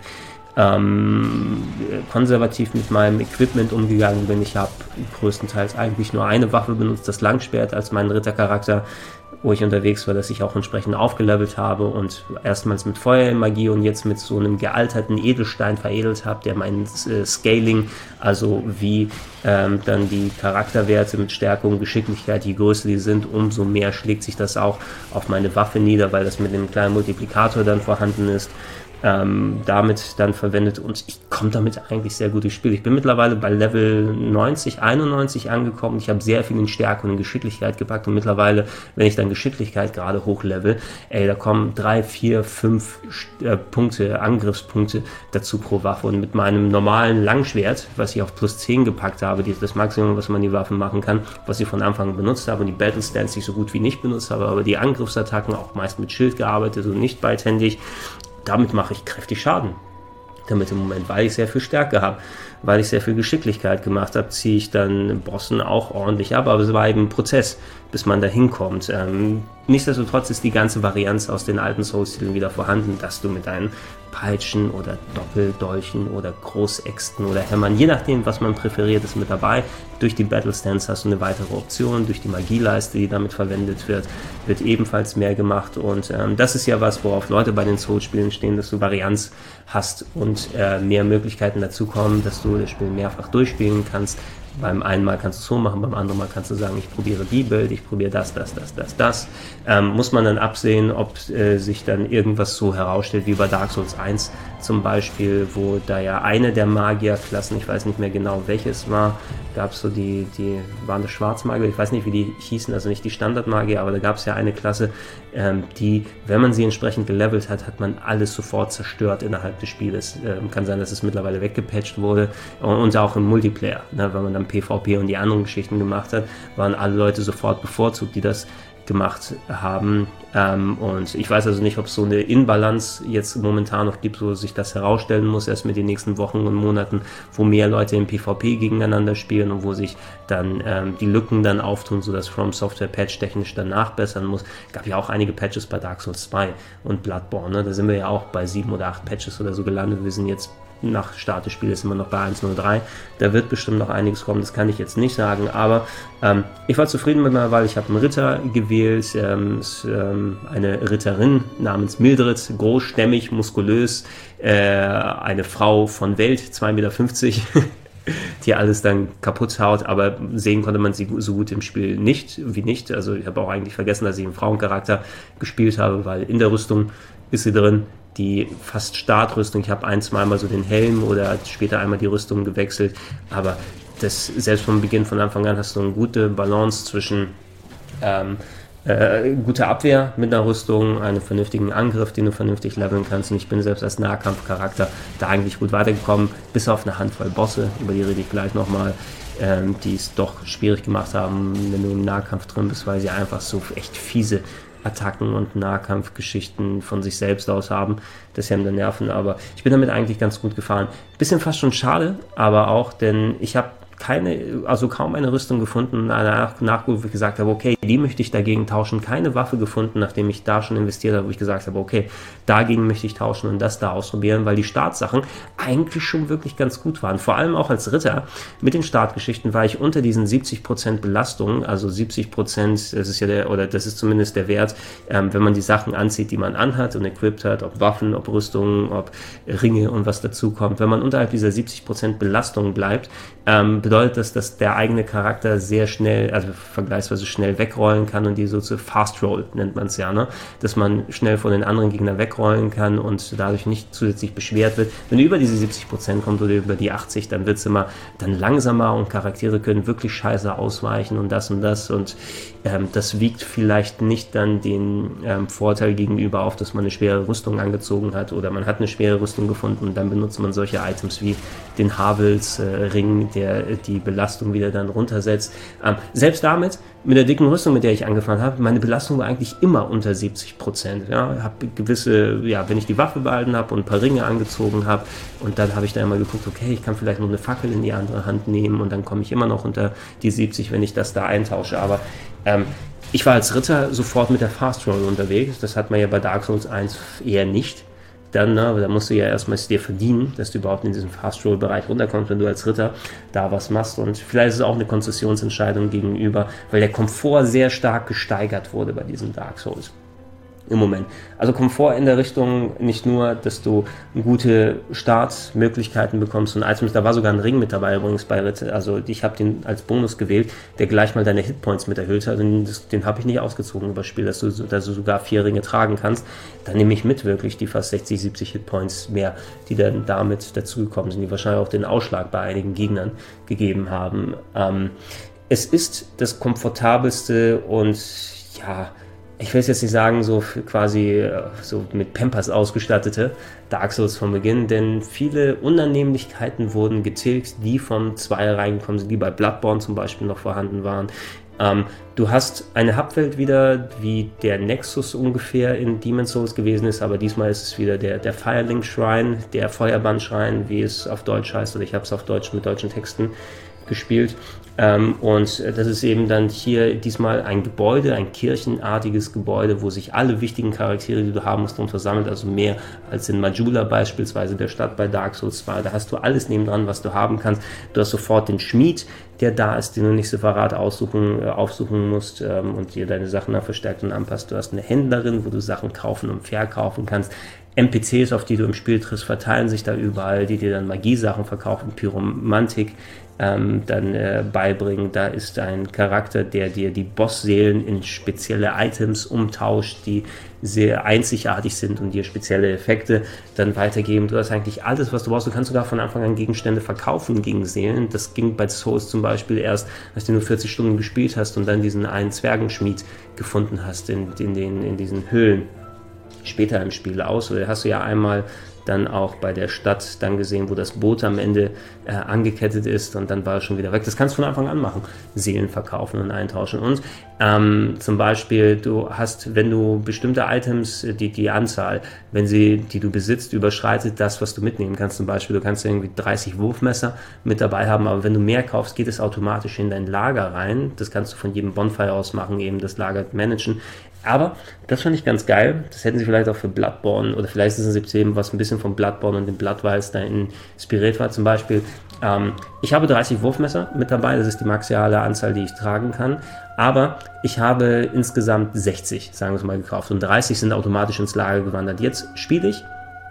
ähm, konservativ mit meinem Equipment umgegangen bin. Ich habe größtenteils eigentlich nur eine Waffe benutzt, das Langschwert als meinen Rittercharakter, wo ich unterwegs war, dass ich auch entsprechend aufgelevelt habe und erstmals mit Feuermagie und jetzt mit so einem gealterten Edelstein veredelt habe, der mein äh, Scaling, also wie ähm, dann die Charakterwerte mit Stärke und Geschicklichkeit, je größer die sind, umso mehr schlägt sich das auch auf meine Waffe nieder, weil das mit dem kleinen Multiplikator dann vorhanden ist. Ähm, damit dann verwendet und ich komme damit eigentlich sehr gut ins Spiel. Ich bin mittlerweile bei Level neunzig, einundneunzig angekommen. Ich habe sehr viel in Stärke und in Geschicklichkeit gepackt und mittlerweile, wenn ich dann Geschicklichkeit gerade hochlevel, ey, da kommen drei, vier, fünf äh, Punkte, Angriffspunkte dazu pro Waffe und mit meinem normalen Langschwert, was ich auf plus zehn gepackt habe, die, das Maximum, was man die Waffen machen kann, was ich von Anfang an benutzt habe und die Battle Stance ich so gut wie nicht benutzt habe, aber die Angriffsattacken auch meist mit Schild gearbeitet und nicht beidhändig. Damit mache ich kräftig Schaden. Damit im Moment, weil ich sehr viel Stärke habe, weil ich sehr viel Geschicklichkeit gemacht habe, ziehe ich dann Bossen auch ordentlich ab, aber es war eben ein Prozess, bis man da hinkommt. Ähm, nichtsdestotrotz ist die ganze Varianz aus den alten Souls-Titeln wieder vorhanden, dass du mit deinen Peitschen oder Doppeldolchen oder Großäxten oder Hämmern, je nachdem, was man präferiert, ist mit dabei. Durch die Battle Stance hast du eine weitere Option, durch die Magieleiste, die damit verwendet wird, wird ebenfalls mehr gemacht und ähm, das ist ja was, worauf Leute bei den Souls-Spielen stehen, dass du Varianz hast und äh, mehr Möglichkeiten dazu kommen, dass du das Spiel mehrfach durchspielen kannst. Beim einen Mal kannst du es so machen, beim anderen Mal kannst du sagen, ich probiere die Bild, ich probiere das, das, das, das, das. Ähm, muss man dann absehen, ob äh, sich dann irgendwas so herausstellt, wie bei Dark Souls eins zum Beispiel, wo da ja eine der Magierklassen, ich weiß nicht mehr genau welches war, gab es so die, die waren das Schwarzmagier, ich weiß nicht, wie die hießen, also nicht die Standardmagier, aber da gab es ja eine Klasse, ähm, die, wenn man sie entsprechend gelevelt hat, hat man alles sofort zerstört innerhalb des Spieles. Ähm, kann sein, dass es mittlerweile weggepatcht wurde und, und auch im Multiplayer, ne, wenn man dann PvP und die anderen Geschichten gemacht hat, waren alle Leute sofort bevorzugt, die das gemacht haben. Ähm, und ich weiß also nicht, ob es so eine Inbalance jetzt momentan noch gibt, wo sich das herausstellen muss, erst mit den nächsten Wochen und Monaten, wo mehr Leute im PvP gegeneinander spielen und wo sich dann ähm, die Lücken dann auftun, sodass From Software patch-technisch dann nachbessern muss. Gab ja auch einige Patches bei Dark Souls zwei und Bloodborne, ne? Da sind wir ja auch bei sieben oder acht Patches oder so gelandet. Wir sind jetzt nach Start des Spiels immer noch bei eins null drei. Da wird bestimmt noch einiges kommen, das kann ich jetzt nicht sagen, aber ähm, ich war zufrieden mit meiner Wahl. Ich habe einen Ritter gewählt, ähm, ist, ähm, eine Ritterin namens Mildred, großstämmig, muskulös, äh, eine Frau von Welt, zwei Meter fünfzig, die alles dann kaputt haut, aber sehen konnte man sie so gut im Spiel nicht, wie nicht. Also ich habe auch eigentlich vergessen, dass ich einen Frauencharakter gespielt habe, weil in der Rüstung ist sie drin, die fast Startrüstung. Ich habe ein, zweimal so den Helm oder später einmal die Rüstung gewechselt, aber das, selbst vom Beginn, von Anfang an hast du eine gute Balance zwischen ähm, äh, guter Abwehr mit einer Rüstung, einen vernünftigen Angriff, den du vernünftig leveln kannst, und ich bin selbst als Nahkampfcharakter da eigentlich gut weitergekommen, bis auf eine Handvoll Bosse, über die rede ich gleich nochmal, ähm, die es doch schwierig gemacht haben, wenn du im Nahkampf drin bist, weil sie einfach so echt fiese Attacken und Nahkampfgeschichten von sich selbst aus haben, das hemmende Nerven, aber ich bin damit eigentlich ganz gut gefahren. Bisschen fast schon schade, aber auch, denn ich habe keine, also kaum eine Rüstung gefunden, nach, nach wo ich gesagt habe, okay, die möchte ich dagegen tauschen, keine Waffe gefunden, nachdem ich da schon investiert habe, wo ich gesagt habe, okay, dagegen möchte ich tauschen und das da ausprobieren, weil die Startsachen eigentlich schon wirklich ganz gut waren. Vor allem auch als Ritter mit den Startgeschichten war ich unter diesen siebzig Prozent Belastung, also siebzig Prozent, das ist ja der, oder das ist zumindest der Wert, ähm, wenn man die Sachen anzieht, die man anhat und equipped hat, ob Waffen, ob Rüstungen, ob Ringe und was dazu kommt. Wenn man unterhalb dieser siebzig Prozent Belastung bleibt, ähm, bedeutet das, dass der eigene Charakter sehr schnell, also vergleichsweise schnell wegrollen kann und die so zu Fast Roll nennt man es ja, ne? Dass man schnell von den anderen Gegnern wegrollen kann und dadurch nicht zusätzlich beschwert wird. Wenn du über diese siebzig Prozent kommst oder über die achtzig, dann wird es immer dann langsamer und Charaktere können wirklich scheiße ausweichen und das und das und ähm, das wiegt vielleicht nicht dann den ähm, Vorteil gegenüber auf, dass man eine schwere Rüstung angezogen hat oder man hat eine schwere Rüstung gefunden und dann benutzt man solche Items wie den Havels äh, Ring, der die Belastung wieder dann runtersetzt. Ähm, selbst damit, mit der dicken Rüstung, mit der ich angefangen habe, meine Belastung war eigentlich immer unter siebzig Prozent. Ja, habe gewisse, ja, wenn ich die Waffe behalten habe und ein paar Ringe angezogen habe und dann habe ich da immer geguckt, okay, ich kann vielleicht noch eine Fackel in die andere Hand nehmen und dann komme ich immer noch unter die siebzig, wenn ich das da eintausche. Aber ähm, ich war als Ritter sofort mit der Fast Roll unterwegs. Das hat man ja bei Dark Souls eins eher nicht. Dann, ne, da musst du ja erstmal es dir verdienen, dass du überhaupt in diesen Fast-Roll-Bereich runterkommst, wenn du als Ritter da was machst. Und vielleicht ist es auch eine Konzessionsentscheidung gegenüber, weil der Komfort sehr stark gesteigert wurde bei diesen Dark Souls. Im Moment. Also Komfort in der Richtung nicht nur, dass du gute Startmöglichkeiten bekommst und Items, da war sogar ein Ring mit dabei übrigens bei Ritter, also ich habe den als Bonus gewählt, der gleich mal deine Hitpoints mit erhöht hat und das, den habe ich nicht ausgezogen über das Spiel, dass du, dass du sogar vier Ringe tragen kannst, dann nehme ich mit wirklich die fast sechzig, siebzig Hitpoints mehr, die dann damit dazugekommen sind, die wahrscheinlich auch den Ausschlag bei einigen Gegnern gegeben haben. Ähm, es ist das komfortabelste und ja, ich will es jetzt nicht sagen, so quasi so mit Pampers ausgestattete Dark Souls von Beginn, denn viele Unannehmlichkeiten wurden getilgt, die vom Zweier reingekommen sind, die bei Bloodborne zum Beispiel noch vorhanden waren. Ähm, du hast eine Hubwelt wieder, wie der Nexus ungefähr in Demon's Souls gewesen ist, aber diesmal ist es wieder der, der Firelink Shrine, der Feuerband-Schrein, wie es auf Deutsch heißt, oder ich habe es auf Deutsch mit deutschen Texten gespielt. Ähm, und das ist eben dann hier diesmal ein Gebäude, ein kirchenartiges Gebäude, wo sich alle wichtigen Charaktere, die du haben musst, drum versammelt, also mehr als in Majula beispielsweise, der Stadt bei Dark Souls zwei. Da hast du alles nebendran, was du haben kannst. Du hast sofort den Schmied, der da ist, den du nicht separat aussuchen, äh, aufsuchen musst ähm, und dir deine Sachen dann verstärkt und anpasst. Du hast eine Händlerin, wo du Sachen kaufen und verkaufen kannst. N P Cs, auf die du im Spiel triffst, verteilen sich da überall, die dir dann Magiesachen verkaufen, Pyromantik ähm, dann äh, beibringen. Da ist ein Charakter, der dir die Bossseelen in spezielle Items umtauscht, die sehr einzigartig sind und dir spezielle Effekte dann weitergeben. Du hast eigentlich alles, was du brauchst. Du kannst sogar von Anfang an Gegenstände verkaufen gegen Seelen. Das ging bei Souls zum Beispiel erst, als du nur vierzig Stunden gespielt hast und dann diesen einen Zwergenschmied gefunden hast in, in, den, in diesen Höhlen. Später im Spiel aus. Oder hast du ja einmal dann auch bei der Stadt dann gesehen, wo das Boot am Ende äh, angekettet ist und dann war es schon wieder weg. Das kannst du von Anfang an machen. Seelen verkaufen und eintauschen. Und ähm, zum Beispiel, du hast, wenn du bestimmte Items, die, die Anzahl, wenn sie, die du besitzt, überschreitet das, was du mitnehmen kannst. Zum Beispiel, du kannst irgendwie dreißig Wurfmesser mit dabei haben, aber wenn du mehr kaufst, geht es automatisch in dein Lager rein. Das kannst du von jedem Bonfire aus machen, eben das Lager managen. Aber das fand ich ganz geil. Das hätten sie vielleicht auch für Bloodborne oder vielleicht ist es eben was ein bisschen von Bloodborne und den Blood Vials da inspiriert war. Zum Beispiel, ähm, ich habe dreißig Wurfmesser mit dabei. Das ist die maximale Anzahl, die ich tragen kann. Aber ich habe insgesamt sechzig, sagen wir es mal, gekauft. Und dreißig sind automatisch ins Lager gewandert. Jetzt spiele ich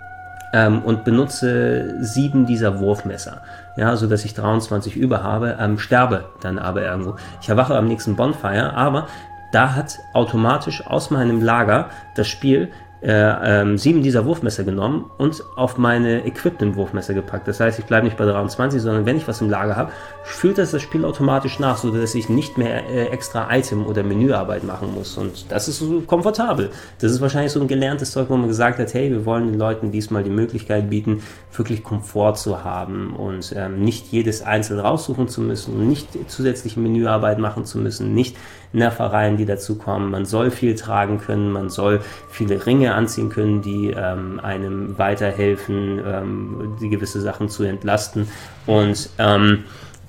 ähm, und benutze sieben dieser Wurfmesser. Ja, so dass ich dreiundzwanzig über habe. Ähm, sterbe dann aber irgendwo. Ich erwache am nächsten Bonfire, aber da hat automatisch aus meinem Lager das Spiel äh, ähm, sieben dieser Wurfmesser genommen und auf meine Equipment-Wurfmesser gepackt. Das heißt, ich bleibe nicht bei dreiundzwanzig, sondern wenn ich was im Lager habe, führt das das Spiel automatisch nach, sodass ich nicht mehr äh, extra Item- oder Menüarbeit machen muss. Und das ist so komfortabel. Das ist wahrscheinlich so ein gelerntes Zeug, wo man gesagt hat, hey, wir wollen den Leuten diesmal die Möglichkeit bieten, wirklich Komfort zu haben und ähm, nicht jedes einzeln raussuchen zu müssen und nicht zusätzliche Menüarbeit machen zu müssen, nicht Nervereien, die dazu kommen. Man soll viel tragen können, man soll viele Ringe anziehen können, die ähm, einem weiterhelfen, ähm, die gewisse Sachen zu entlasten. Und ähm,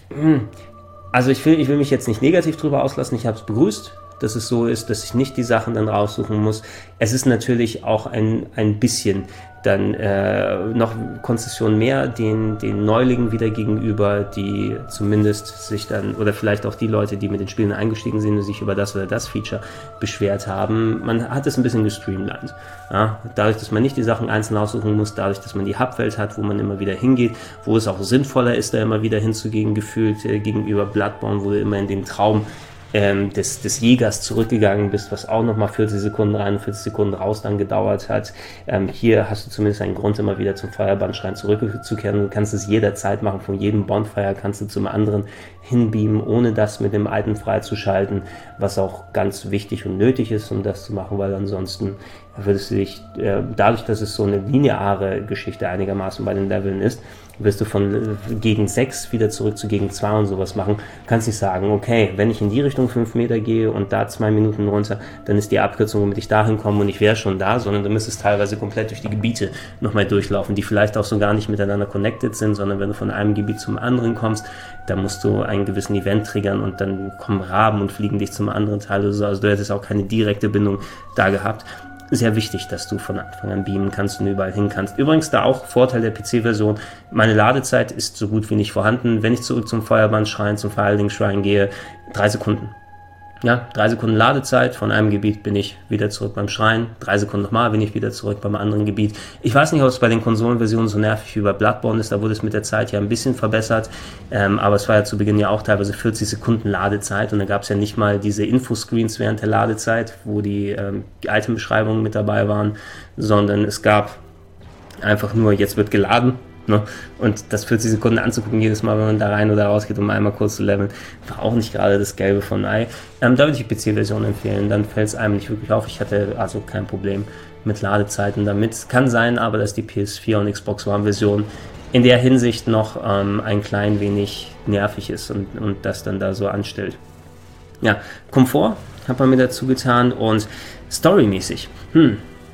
Also ich will, ich will mich jetzt nicht negativ drüber auslassen, ich habe es begrüßt, dass es so ist, dass ich nicht die Sachen dann raussuchen muss. Es ist natürlich auch ein, ein bisschen dann äh, noch Konzession mehr den, den Neulingen wieder gegenüber, die zumindest sich dann, oder vielleicht auch die Leute, die mit den Spielen eingestiegen sind und sich über das oder das Feature beschwert haben. Man hat es ein bisschen gestreamlined. Ja? Dadurch, dass man nicht die Sachen einzeln aussuchen muss, dadurch, dass man die Hubwelt hat, wo man immer wieder hingeht, wo es auch sinnvoller ist, da immer wieder hinzugehen, gefühlt äh, gegenüber Bloodborne, wo du immer in den Traum Ähm, des, des Jägers zurückgegangen bist, was auch nochmal vierzig Sekunden rein, vierzig Sekunden raus dann gedauert hat. Ähm, hier hast du zumindest einen Grund, immer wieder zum Feuerbandschrein zurückzukehren. Du kannst es jederzeit machen, von jedem Bonfire kannst du zum anderen hinbeamen, ohne das mit dem Item freizuschalten, was auch ganz wichtig und nötig ist, um das zu machen, weil ansonsten würdest du dich, äh, dadurch, dass es so eine lineare Geschichte einigermaßen bei den Leveln ist, wirst du von äh, Gegend sechs wieder zurück zu Gegend zwei und sowas machen. Kannst nicht sagen, okay, wenn ich in die Richtung fünf Meter gehe und da zwei Minuten runter, dann ist die Abkürzung, womit ich dahin komme und ich wäre schon da, sondern du müsstest teilweise komplett durch die Gebiete nochmal durchlaufen, die vielleicht auch so gar nicht miteinander connected sind, sondern wenn du von einem Gebiet zum anderen kommst, dann musst du einen gewissen Event triggern und dann kommen Raben und fliegen dich zum anderen Teil oder so. Also du hättest auch keine direkte Bindung da gehabt. Sehr wichtig, dass du von Anfang an beamen kannst und überall hin kannst. Übrigens da auch Vorteil der P C-Version, meine Ladezeit ist so gut wie nicht vorhanden. Wenn ich zurück zum Feuerbandschrein, zum Firelink-Schrein gehe, drei Sekunden. Ja, drei Sekunden Ladezeit, von einem Gebiet bin ich wieder zurück beim Schrein, drei Sekunden nochmal bin ich wieder zurück beim anderen Gebiet. Ich weiß nicht, ob es bei den Konsolenversionen so nervig wie bei Bloodborne ist, da wurde es mit der Zeit ja ein bisschen verbessert, ähm, aber es war ja zu Beginn ja auch teilweise vierzig Sekunden Ladezeit und da gab es ja nicht mal diese Infoscreens während der Ladezeit, wo die ähm, Itembeschreibungen mit dabei waren, sondern es gab einfach nur, jetzt wird geladen. Ne? Und das vierzig Sekunden anzugucken, jedes Mal, wenn man da rein oder raus geht, um einmal kurz zu leveln, war auch nicht gerade das Gelbe von Ei. Ähm, da würde ich die P C-Version empfehlen, dann fällt es einem nicht wirklich auf. Ich hatte also kein Problem mit Ladezeiten damit. Kann sein aber, dass die P S vier und Xbox One-Version in der Hinsicht noch ähm, ein klein wenig nervig ist und, und das dann da so anstellt. Ja, Komfort hat man mir dazu getan und storymäßig, hm,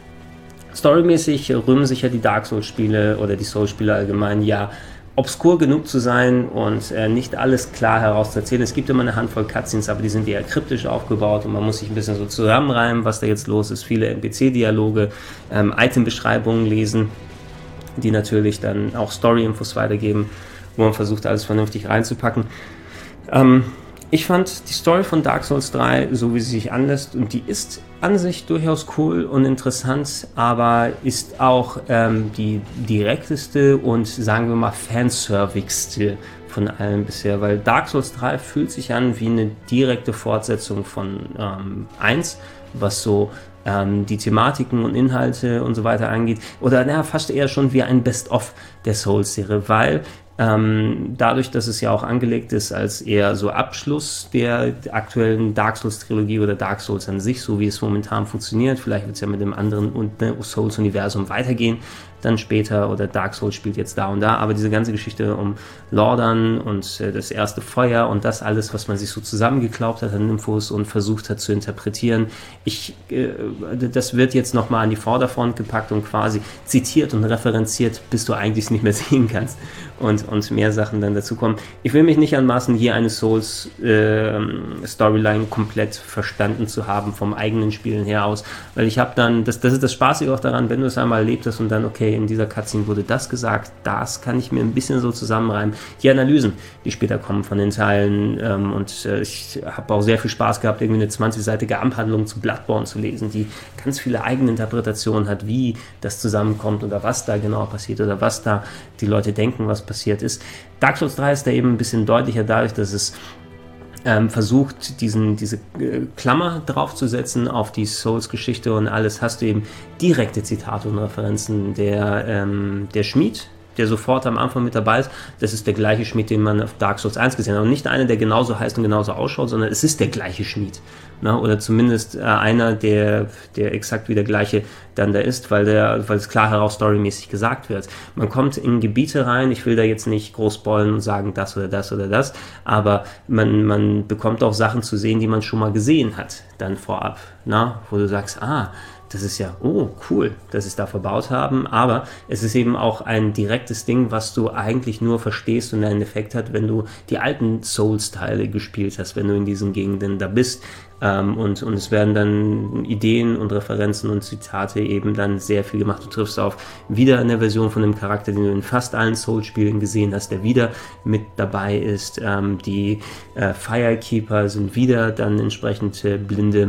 Storymäßig rühmen sich ja die Dark Souls-Spiele oder die Souls-Spiele allgemein, ja, obskur genug zu sein und äh, nicht alles klar herauszuerzählen. Es gibt immer eine Handvoll Cutscenes, aber die sind eher kryptisch aufgebaut und man muss sich ein bisschen so zusammenreimen, was da jetzt los ist. Viele N P C-Dialoge, ähm, Item-Beschreibungen lesen, die natürlich dann auch Story-Infos weitergeben, wo man versucht, alles vernünftig reinzupacken. Ähm, Ich fand die Story von Dark Souls drei, so wie sie sich anlässt, und die ist an sich durchaus cool und interessant, aber ist auch ähm, die direkteste und, sagen wir mal, fanservigste von allen bisher, weil Dark Souls drei fühlt sich an wie eine direkte Fortsetzung von ähm, eins, was so ähm, die Thematiken und Inhalte und so weiter angeht, oder naja, fast eher schon wie ein Best-of der Souls-Serie, weil Ähm, dadurch, dass es ja auch angelegt ist als eher so Abschluss der aktuellen Dark Souls-Trilogie oder Dark Souls an sich, so wie es momentan funktioniert, vielleicht wird es ja mit dem anderen Souls-Universum weitergehen, dann später, oder Dark Souls spielt jetzt da und da, aber diese ganze Geschichte um Lordan und äh, das erste Feuer und das alles, was man sich so zusammengeklaubt hat an Infos und versucht hat zu interpretieren, ich, äh, das wird jetzt nochmal an die Vorderfront gepackt und quasi zitiert und referenziert, bis du eigentlich es nicht mehr sehen kannst und, und mehr Sachen dann dazu kommen. Ich will mich nicht anmaßen, hier eine Souls-Storyline äh, komplett verstanden zu haben, vom eigenen Spielen her aus, weil ich habe dann, das, das ist das Spaßige auch daran, wenn du es einmal erlebt hast und dann, okay, in dieser Cutscene wurde das gesagt, das kann ich mir ein bisschen so zusammenreimen. Die Analysen, die später kommen von den Teilen ähm, und äh, ich habe auch sehr viel Spaß gehabt, irgendwie eine zwanzigseitige Abhandlung zu Bloodborne zu lesen, die ganz viele eigene Interpretationen hat, wie das zusammenkommt oder was da genau passiert oder was da die Leute denken, was passiert ist. Dark Souls drei ist da eben ein bisschen deutlicher dadurch, dass es Ähm, versucht, diesen, diese äh, Klammer draufzusetzen auf die Souls-Geschichte und alles, hast du eben direkte Zitate und Referenzen. Der, ähm, der Schmied, der sofort am Anfang mit dabei ist, das ist der gleiche Schmied, den man auf Dark Souls eins gesehen hat. Und nicht einer, der genauso heißt und genauso ausschaut, sondern es ist der gleiche Schmied. Ne? Oder zumindest äh, einer, der, der exakt wie der gleiche dann da ist, weil, der, weil es klar heraus storymäßig gesagt wird. Man kommt in Gebiete rein, ich will da jetzt nicht groß spoilern und sagen, das oder das oder das, aber man, man bekommt auch Sachen zu sehen, die man schon mal gesehen hat, dann vorab. Ne? Wo du sagst, ah, das ist ja, oh, cool, dass sie es da verbaut haben, aber es ist eben auch ein direktes Ding, was du eigentlich nur verstehst und einen Effekt hat, wenn du die alten Souls-Teile gespielt hast, wenn du in diesen Gegenden da bist. Ähm, und, und es werden dann Ideen und Referenzen und Zitate eben dann sehr viel gemacht. Du triffst auf wieder eine Version von dem Charakter, den du in fast allen Souls-Spielen gesehen hast, der wieder mit dabei ist. Ähm, die äh, Firekeeper sind wieder dann entsprechend äh, blinde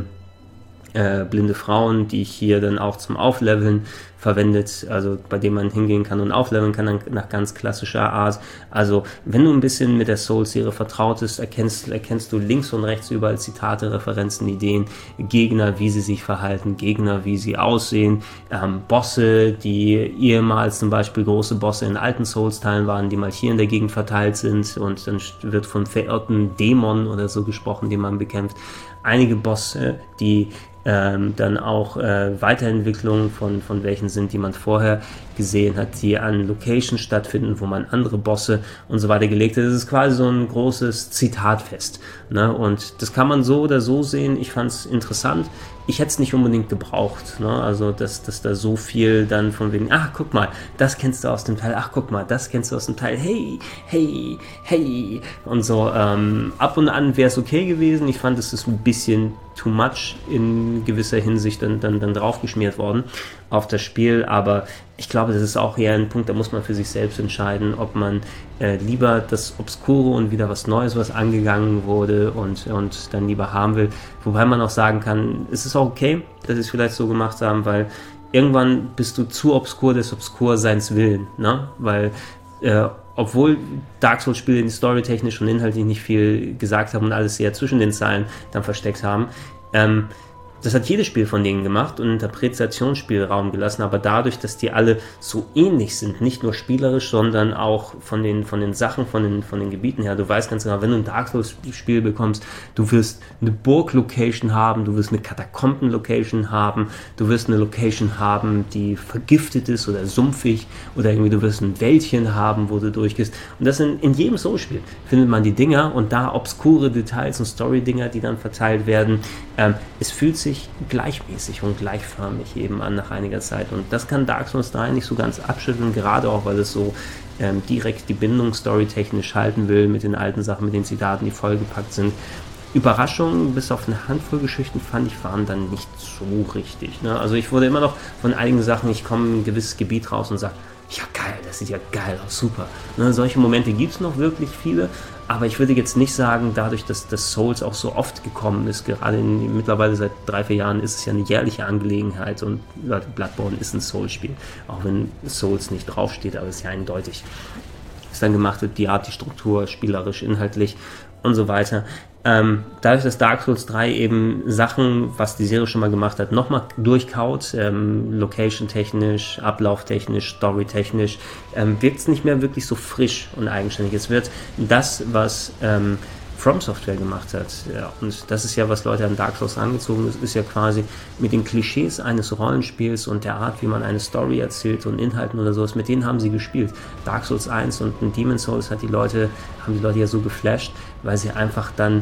Äh, blinde Frauen, die ich hier dann auch zum Aufleveln verwendet, also bei dem man hingehen kann und aufleveln kann dann nach ganz klassischer Art. Also wenn du ein bisschen mit der Souls-Serie vertraut bist, erkennst, erkennst du links und rechts überall Zitate, Referenzen, Ideen, Gegner, wie sie sich verhalten, Gegner, wie sie aussehen, ähm, Bosse, die ehemals zum Beispiel große Bosse in alten Souls-Teilen waren, die mal hier in der Gegend verteilt sind, und dann wird von verirrten Dämonen oder so gesprochen, die man bekämpft. Einige Bosse, die ähm, dann auch äh, Weiterentwicklungen von, von welchen sind, die man vorher gesehen hat, die an Locations stattfinden, wo man andere Bosse und so weiter gelegt hat. Das ist quasi so ein großes Zitatfest, ne? Und das kann man so oder so sehen. Ich fand es interessant. Ich hätte es nicht unbedingt gebraucht, ne? Also dass, dass da so viel dann von wegen, ach guck mal, das kennst du aus dem Teil, ach guck mal, das kennst du aus dem Teil, hey, hey, hey und so. Ähm, ab und an wäre es okay gewesen. Ich fand, es ist ein bisschen too much in gewisser Hinsicht dann, dann, dann draufgeschmiert worden auf das Spiel, aber ich glaube, das ist auch eher ein Punkt, da muss man für sich selbst entscheiden, ob man äh, lieber das Obskure und wieder was Neues, was angegangen wurde und, und dann lieber haben will, wobei man auch sagen kann, es ist auch okay, dass sie es vielleicht so gemacht haben, weil irgendwann bist du zu obskur des Obskurseins willen, ne? Weil äh, obwohl Dark Souls-Spiele in storytechnisch und inhaltlich nicht viel gesagt haben und alles sehr zwischen den Zeilen dann versteckt haben, ähm, das hat jedes Spiel von denen gemacht und Interpretationsspielraum gelassen, aber dadurch, dass die alle so ähnlich sind, nicht nur spielerisch, sondern auch von den, von den Sachen, von den, von den Gebieten her. Du weißt ganz genau, wenn du ein Dark Souls-Spiel bekommst, du wirst eine Burg-Location haben, du wirst eine Katakomben-Location haben, du wirst eine Location haben, die vergiftet ist oder sumpfig, oder irgendwie du wirst ein Wäldchen haben, wo du durchgehst. Und das in, in jedem Souls-Spiel findet man die Dinger und da obskure Details und Story-Dinger, die dann verteilt werden. Ähm, es fühlt sich gleichmäßig und gleichförmig eben an nach einiger Zeit, und das kann Dark Souls drei nicht so ganz abschütteln, gerade auch, weil es so ähm, direkt die Bindung storytechnisch halten will mit den alten Sachen, mit den Zitaten, die vollgepackt sind. Überraschungen, bis auf eine Handvoll Geschichten, fand ich, waren dann nicht so richtig, ne? Also ich wurde immer noch von einigen Sachen, ich komme in ein gewisses Gebiet raus und sage, ja geil, das sieht ja geil aus, super. Ne, solche Momente gibt es noch wirklich viele, aber ich würde jetzt nicht sagen, dadurch, dass das Souls auch so oft gekommen ist, gerade in, mittlerweile seit drei, vier Jahren ist es ja eine jährliche Angelegenheit, und Bloodborne ist ein Souls-Spiel, auch wenn Souls nicht draufsteht, aber es ist ja eindeutig. Was dann gemacht wird, die Art, die Struktur, spielerisch, inhaltlich und so weiter. Ähm, dadurch, dass Dark Souls drei eben Sachen, was die Serie schon mal gemacht hat, nochmal durchkaut, ähm, location-technisch, ablauftechnisch, story-technisch, ähm, wirkt es nicht mehr wirklich so frisch und eigenständig. Es wird das, was ähm, From Software gemacht hat, ja, und das ist ja, was Leute an Dark Souls angezogen ist, ist ja quasi mit den Klischees eines Rollenspiels und der Art, wie man eine Story erzählt und Inhalten oder sowas, mit denen haben sie gespielt. Dark Souls eins und ein Demon's Souls hat die Leute, haben die Leute ja so geflasht, weil sie einfach dann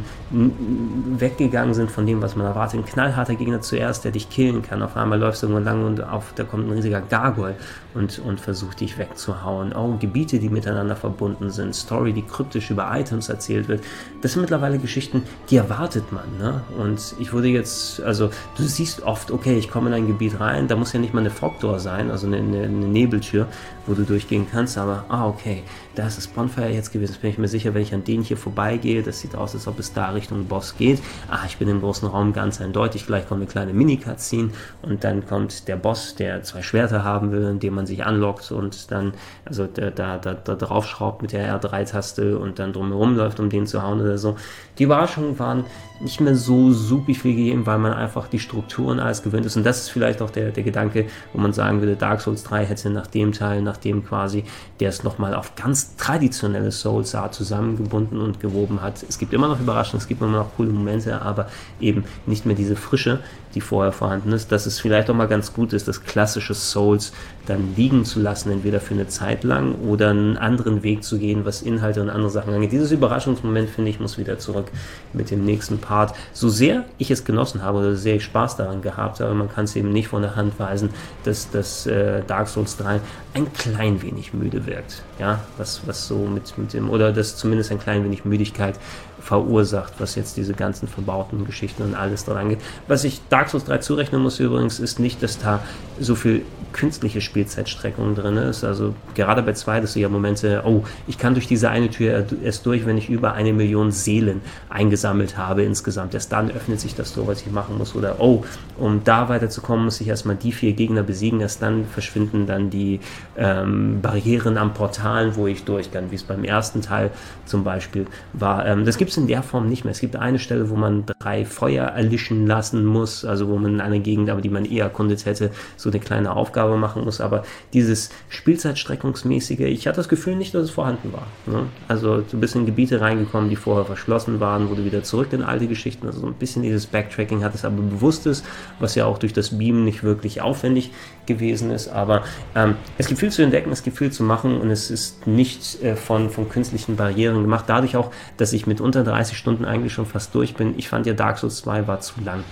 weggegangen sind von dem, was man erwartet. Ein knallharter Gegner zuerst, der dich killen kann. Auf einmal läufst du irgendwo lang und auf, da kommt ein riesiger Gargoyle und, und versucht dich wegzuhauen. Oh, Gebiete, die miteinander verbunden sind. Story, die kryptisch über Items erzählt wird. Das sind mittlerweile Geschichten, die erwartet man, ne? Und ich würde jetzt, also du siehst oft, okay, ich komme in ein Gebiet rein, da muss ja nicht mal eine Fogdoor sein, also eine, eine, eine Nebeltür, wo du durchgehen kannst, aber, ah, okay, da ist das Bonfire jetzt gewesen, das bin ich mir sicher, wenn ich an den hier vorbeigehe, das sieht aus, als ob es da Richtung Boss geht. Ah, ich bin im großen Raum ganz eindeutig, vielleicht kommt eine kleine Mini-Cutscene und dann kommt der Boss, der zwei Schwerter haben will, indem man sich anlockt und dann, also da, da, da, da draufschraubt mit der R drei Taste und dann drumherum läuft, um den zu hauen oder so. Die Überraschungen waren nicht mehr so super viel gegeben, weil man einfach die Strukturen alles gewöhnt ist, und das ist vielleicht auch der, der Gedanke, wo man sagen würde, Dark Souls drei hätte nach dem Teil, nach dem quasi, der es nochmal auf ganz traditionelle Souls-Art zusammengebunden und gewoben hat. Es gibt immer noch Überraschungen, es gibt immer noch coole Momente, aber eben nicht mehr diese Frische, die vorher vorhanden ist, dass es vielleicht auch mal ganz gut ist, das klassische Souls dann liegen zu lassen, entweder für eine Zeit lang oder einen anderen Weg zu gehen, was Inhalte und andere Sachen angeht. Dieses Überraschungsmoment, finde ich, muss wieder zurück mit dem nächsten Part. So sehr ich es genossen habe oder so sehr ich Spaß daran gehabt habe, man kann es eben nicht von der Hand weisen, dass das äh, Dark Souls drei ein klein wenig müde wirkt. Ja, was, was so mit, mit dem, oder dass zumindest ein klein wenig Müdigkeit verursacht, was jetzt diese ganzen verbauten Geschichten und alles dran geht. Was ich Dark Souls drei zurechnen muss übrigens, ist nicht, dass da so viel künstliche Spielzeitstreckung drin ist. Also gerade bei zwei, dass du ja Momente, oh, ich kann durch diese eine Tür erst durch, wenn ich über eine Million Seelen eingesammelt habe insgesamt. Erst dann öffnet sich das Tor, was ich machen muss. Oder oh, um da weiterzukommen, muss ich erstmal die vier Gegner besiegen. Erst dann verschwinden dann die ähm, Barrieren am Portalen, wo ich durch kann, wie es beim ersten Teil zum Beispiel war. Ähm, das gibt es in der Form nicht mehr. Es gibt eine Stelle, wo man drei Feuer erlischen lassen muss, also wo man in einer Gegend, aber die man eher erkundet hätte, so eine kleine Aufgabe machen muss, aber dieses Spielzeitstreckungsmäßige, ich hatte das Gefühl nicht, dass es vorhanden war. Ne? Also du bist in Gebiete reingekommen, die vorher verschlossen waren, wo du wieder zurück in alte Geschichten, also so ein bisschen dieses Backtracking hattest, aber bewusstes, was ja auch durch das Beamen nicht wirklich aufwendig gewesen ist, aber ähm, es gibt viel zu entdecken, es gibt viel zu machen und es ist nicht äh, von, von künstlichen Barrieren gemacht, dadurch auch, dass ich mit unter dreißig Stunden eigentlich schon fast durch bin. Ich fand ja Dark Souls zwei war zu lang.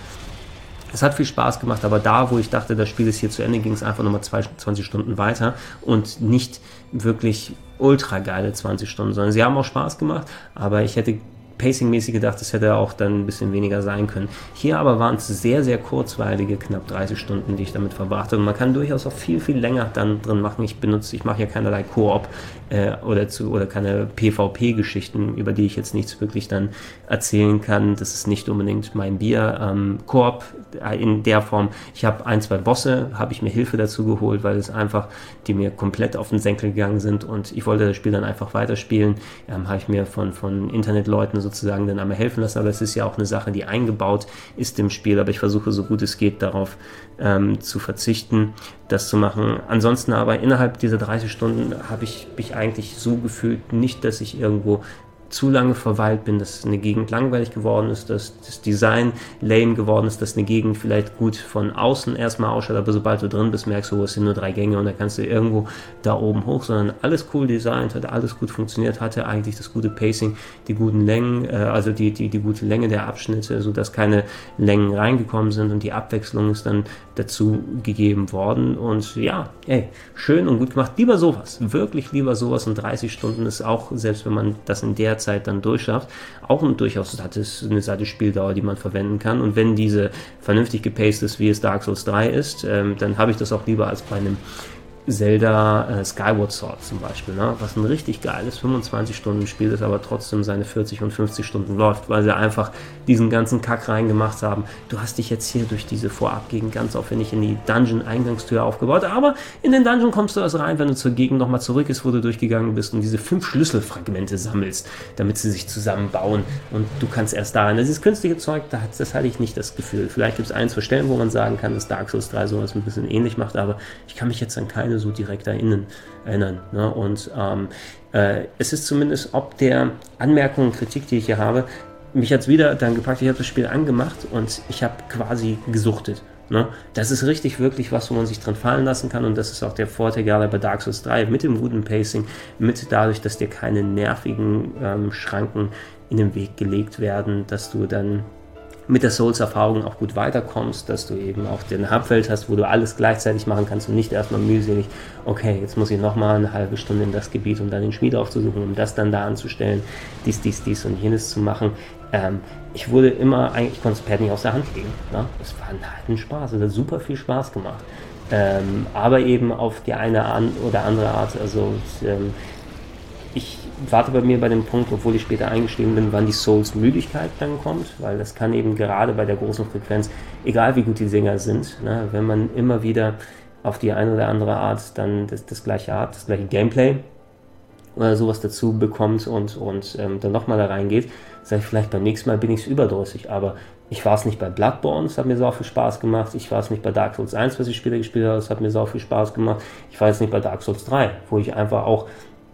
Es hat viel Spaß gemacht, aber da, wo ich dachte, das Spiel ist hier zu Ende, ging es einfach nochmal zweiundzwanzig Stunden weiter und nicht wirklich ultra geile zwanzig Stunden, sondern sie haben auch Spaß gemacht, aber ich hätte pacingmäßig gedacht, das hätte auch dann ein bisschen weniger sein können. Hier aber waren es sehr, sehr kurzweilige, knapp dreißig Stunden, die ich damit verbrachte und man kann durchaus auch viel, viel länger dann drin machen. Ich benutze, ich mache ja keinerlei Koop äh, oder, zu, oder keine PvP-Geschichten, über die ich jetzt nichts wirklich dann erzählen kann. Das ist nicht unbedingt mein Bier. Ähm, Koop in der Form, ich habe ein, zwei Bosse, habe ich mir Hilfe dazu geholt, weil es einfach, die mir komplett auf den Senkel gegangen sind und ich wollte das Spiel dann einfach weiterspielen. Ähm, habe ich mir von, von Internetleuten sozusagen dann einmal helfen lassen, aber es ist ja auch eine Sache, die eingebaut ist im Spiel, aber ich versuche so gut es geht darauf ähm, zu verzichten, das zu machen. Ansonsten aber innerhalb dieser dreißig Stunden habe ich mich eigentlich so gefühlt, nicht, dass ich irgendwo zu lange verweilt bin, dass eine Gegend langweilig geworden ist, dass das Design lame geworden ist, dass eine Gegend vielleicht gut von außen erstmal ausschaut, aber sobald du drin bist, merkst du, es sind nur drei Gänge und da kannst du irgendwo da oben hoch, sondern alles cool designt, hat alles gut funktioniert, hatte eigentlich das gute Pacing, die guten Längen, äh, also die, die, die gute Länge der Abschnitte, sodass keine Längen reingekommen sind und die Abwechslung ist dann dazu gegeben worden und ja, ey, schön und gut gemacht, lieber sowas, wirklich lieber sowas und dreißig Stunden ist auch, selbst wenn man das in der Zeit dann durchschafft, auch ein durchaus sattes, eine satte Spieldauer, die man verwenden kann und wenn diese vernünftig gepaced ist, wie es Dark Souls drei ist, ähm, dann habe ich das auch lieber als bei einem Zelda äh, Skyward Sword zum Beispiel, ne? Was ein richtig geiles fünfundzwanzig Stunden Spiel ist, aber trotzdem seine vierzig und fünfzig Stunden läuft, weil sie einfach diesen ganzen Kack reingemacht haben. Du hast dich jetzt hier durch diese Vorabgegend ganz aufwendig in die Dungeon-Eingangstür aufgebaut, aber in den Dungeon kommst du erst rein, wenn du zur Gegend nochmal zurück ist, wo du durchgegangen bist und diese fünf Schlüsselfragmente sammelst, damit sie sich zusammenbauen und du kannst erst da rein. Das ist künstliche Zeug, das hatte ich nicht das Gefühl. Vielleicht gibt es ein, zwei Stellen, wo man sagen kann, dass Dark Souls drei sowas ein bisschen ähnlich macht, aber ich kann mich jetzt an keine so direkt erinnern. erinnern ne? Und ähm, äh, es ist zumindest ob der Anmerkungen und Kritik, die ich hier habe, mich hat es wieder dann gepackt, ich habe das Spiel angemacht und ich habe quasi gesuchtet. Ne? Das ist richtig wirklich was, wo man sich dran fallen lassen kann und das ist auch der Vorteil gerade bei Dark Souls drei mit dem guten Pacing, mit dadurch, dass dir keine nervigen ähm, Schranken in den Weg gelegt werden, dass du dann mit der Souls-Erfahrung auch gut weiterkommst, dass du eben auch den Hubfeld hast, wo du alles gleichzeitig machen kannst und nicht erstmal mühselig, okay, jetzt muss ich nochmal eine halbe Stunde in das Gebiet, um dann den Schmied aufzusuchen, um das dann da anzustellen, dies, dies, dies und jenes zu machen. Ähm, ich wurde immer, eigentlich, ich konnte das Pad nicht aus der Hand legen. Ne? Es war ein Spaß, es hat super viel Spaß gemacht. Ähm, aber eben auf die eine oder andere Art, also ähm, ich warte bei mir bei dem Punkt, obwohl ich später eingestiegen bin, wann die Souls-Müdigkeit dann kommt, weil das kann eben gerade bei der großen Frequenz, egal wie gut die Sänger sind, ne, wenn man immer wieder auf die eine oder andere Art dann das, das gleiche Art, das gleiche Gameplay oder sowas dazu bekommt und, und ähm, dann nochmal da reingeht, sage ich vielleicht beim nächsten Mal bin ich es überdrüssig, aber ich war es nicht bei Bloodborne, es hat mir so viel Spaß gemacht, ich war es nicht bei Dark Souls eins, was ich später gespielt habe, es hat mir so viel Spaß gemacht, ich war jetzt nicht bei Dark Souls drei, wo ich einfach auch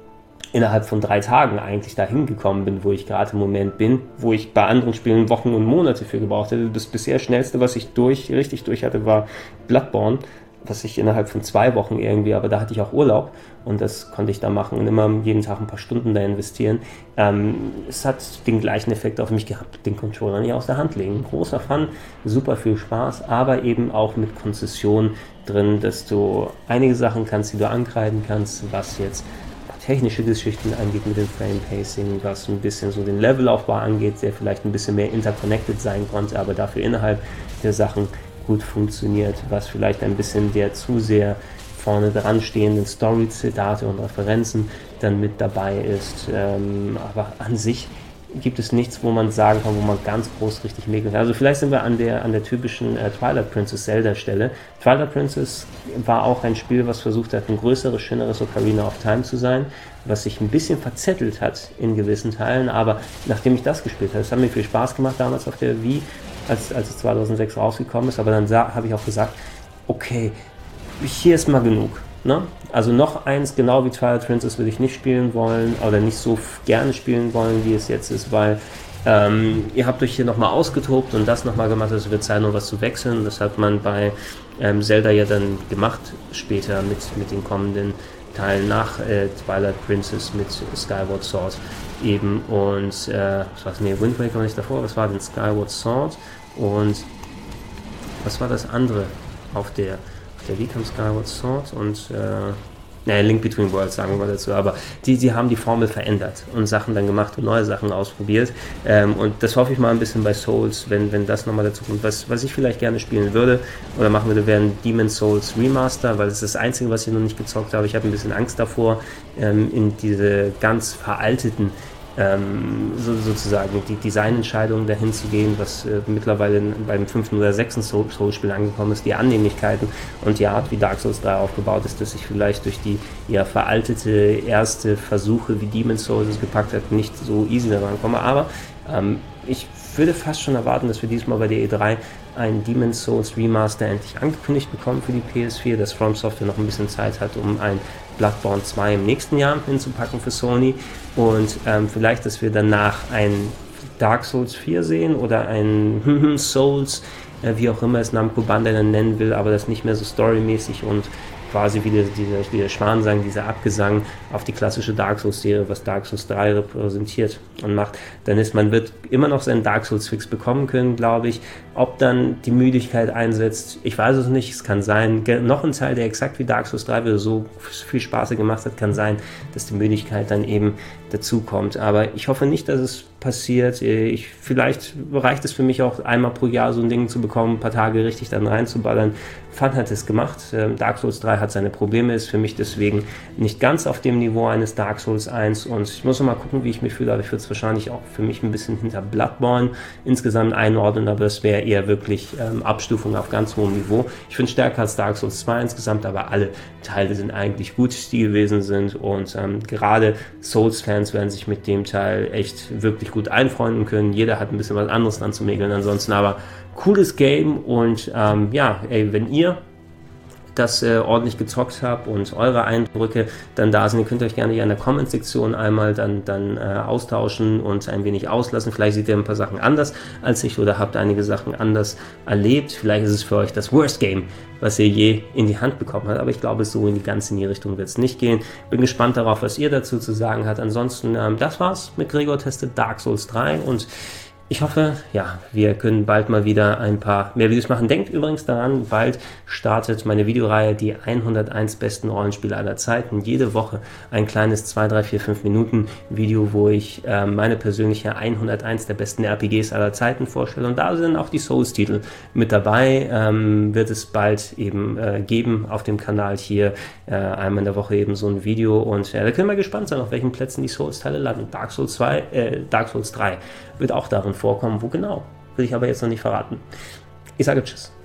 innerhalb von drei Tagen eigentlich dahin gekommen bin, wo ich gerade im Moment bin, wo ich bei anderen Spielen Wochen und Monate für gebraucht hätte. Das bisher schnellste, was ich durch, richtig durch hatte, war Bloodborne, was ich innerhalb von zwei Wochen irgendwie, aber da hatte ich auch Urlaub und das konnte ich da machen und immer jeden Tag ein paar Stunden da investieren. Ähm, es hat den gleichen Effekt auf mich gehabt, den Controller nicht aus der Hand legen. Großer Fun, super viel Spaß, aber eben auch mit Konzession drin, dass du einige Sachen kannst, die du ankreiden kannst, was jetzt technische Geschichten angeht mit dem Frame Pacing, was ein bisschen so den Levelaufbau angeht, der vielleicht ein bisschen mehr interconnected sein konnte, aber dafür innerhalb der Sachen gut funktioniert, was vielleicht ein bisschen der zu sehr vorne dran stehenden Story-Zitate und Referenzen dann mit dabei ist. Ähm, aber an sich gibt es nichts, wo man sagen kann, wo man ganz groß richtig mäkeln kann. Also vielleicht sind wir an der, an der typischen äh, Twilight Princess Zelda-Stelle. Twilight Princess war auch ein Spiel, was versucht hat, ein größeres, schöneres Ocarina of Time zu sein, was sich ein bisschen verzettelt hat in gewissen Teilen, aber nachdem ich das gespielt habe, es hat mir viel Spaß gemacht damals auf der Wii, als, als es zweitausendsechs rausgekommen ist, aber dann habe ich auch gesagt, okay, hier ist mal genug. Ne? Also noch eins, genau wie Twilight Princess, würde ich nicht spielen wollen oder nicht so gerne spielen wollen, wie es jetzt ist, weil ähm, ihr habt euch hier nochmal ausgetobt und das nochmal gemacht, es wird Zeit, noch was zu wechseln. Das hat man bei ähm, Zelda ja dann gemacht, später mit, mit den kommenden Teilen nach äh, Twilight Princess mit Skyward Sword eben und äh, was war das? Nee, Wind Waker war nicht davor, was war denn Skyward Sword und was war das andere auf der Der Wii kam Skyward Sword und äh, naja, Link Between Worlds sagen wir mal dazu, aber die, die haben die Formel verändert und Sachen dann gemacht und neue Sachen ausprobiert ähm, und das hoffe ich mal ein bisschen bei Souls, wenn, wenn das nochmal dazu kommt. Was, was ich vielleicht gerne spielen würde oder machen würde, wäre ein Demon's Souls Remaster, weil das ist das Einzige, was ich noch nicht gezockt habe. Ich habe ein bisschen Angst davor, ähm, in diese ganz veralteten Ähm, so, sozusagen die Designentscheidungen dahin zu gehen, was äh, mittlerweile beim fünften oder sechsten Souls-Spiel angekommen ist, die Annehmlichkeiten und die Art, wie Dark Souls drei aufgebaut ist, dass ich vielleicht durch die eher veraltete erste Versuche, wie Demon's Souls es gepackt hat, nicht so easy daran komme, aber ähm, ich würde fast schon erwarten, dass wir diesmal bei der E drei ein Demon's Souls Remaster endlich angekündigt bekommen für die P S vier, dass From Software noch ein bisschen Zeit hat, um ein Bloodborne zwei im nächsten Jahr hinzupacken für Sony und ähm, vielleicht, dass wir danach ein Dark Souls vier sehen oder ein Souls, äh, wie auch immer es Namco Bandai dann nennen will, aber das nicht mehr so storymäßig und quasi wie der, dieser, wie der Schwansang, dieser Abgesang auf die klassische Dark Souls-Serie, was Dark Souls drei repräsentiert und macht, dann ist, man wird immer noch seinen Dark Souls-Fix bekommen können, glaube ich. Ob dann die Müdigkeit einsetzt, ich weiß es nicht, es kann sein, noch ein Teil, der exakt wie Dark Souls drei wieder so viel Spaß gemacht hat, kann sein, dass die Müdigkeit dann eben dazu kommt, aber ich hoffe nicht, dass es passiert. Ich, vielleicht reicht es für mich auch einmal pro Jahr so ein Ding zu bekommen, ein paar Tage richtig dann reinzuballern. Fun hat es gemacht. Dark Souls drei hat seine Probleme, ist für mich deswegen nicht ganz auf dem Niveau eines Dark Souls eins und ich muss noch mal gucken, wie ich mich fühle, aber ich würde es wahrscheinlich auch für mich ein bisschen hinter Bloodborne insgesamt einordnen, aber es wäre eher wirklich ähm, Abstufung auf ganz hohem Niveau. Ich finde stärker als Dark Souls zwei insgesamt, aber alle Teile sind eigentlich gut, die gewesen sind und ähm, gerade Souls-Fans werden sich mit dem Teil echt wirklich gut einfreunden können. Jeder hat ein bisschen was anderes dran zu mäkeln ansonsten, aber cooles Game und ähm, ja, ey, wenn ihr das äh, ordentlich gezockt habt und eure Eindrücke dann da sind, ihr könnt euch gerne hier in der Comment-Sektion einmal dann, dann äh, austauschen und ein wenig auslassen. Vielleicht seht ihr ein paar Sachen anders als ich oder habt einige Sachen anders erlebt. Vielleicht ist es für euch das Worst Game, was ihr je in die Hand bekommen habt, aber ich glaube, so in die ganz in die Richtung wird es nicht gehen. Bin gespannt darauf, was ihr dazu zu sagen habt. Ansonsten, ähm, das war's mit Gregor testet Dark Souls drei und ich hoffe, ja, wir können bald mal wieder ein paar mehr Videos machen. Denkt übrigens daran, bald startet meine Videoreihe die hunderteins besten Rollenspiele aller Zeiten. Jede Woche ein kleines zwei, drei, vier, fünf Minuten Video, wo ich äh, meine persönliche hunderteins der besten R P Gs aller Zeiten vorstelle. Und da sind auch die Souls-Titel mit dabei. Ähm, wird es bald eben äh, geben auf dem Kanal hier. Äh, einmal in der Woche eben so ein Video. Und ja, da können wir gespannt sein, auf welchen Plätzen die Souls-Teile landen. Dark Souls zwei, äh, Dark Souls drei wird auch darin vorkommen. Wo genau, will ich aber jetzt noch nicht verraten. Ich sage Tschüss.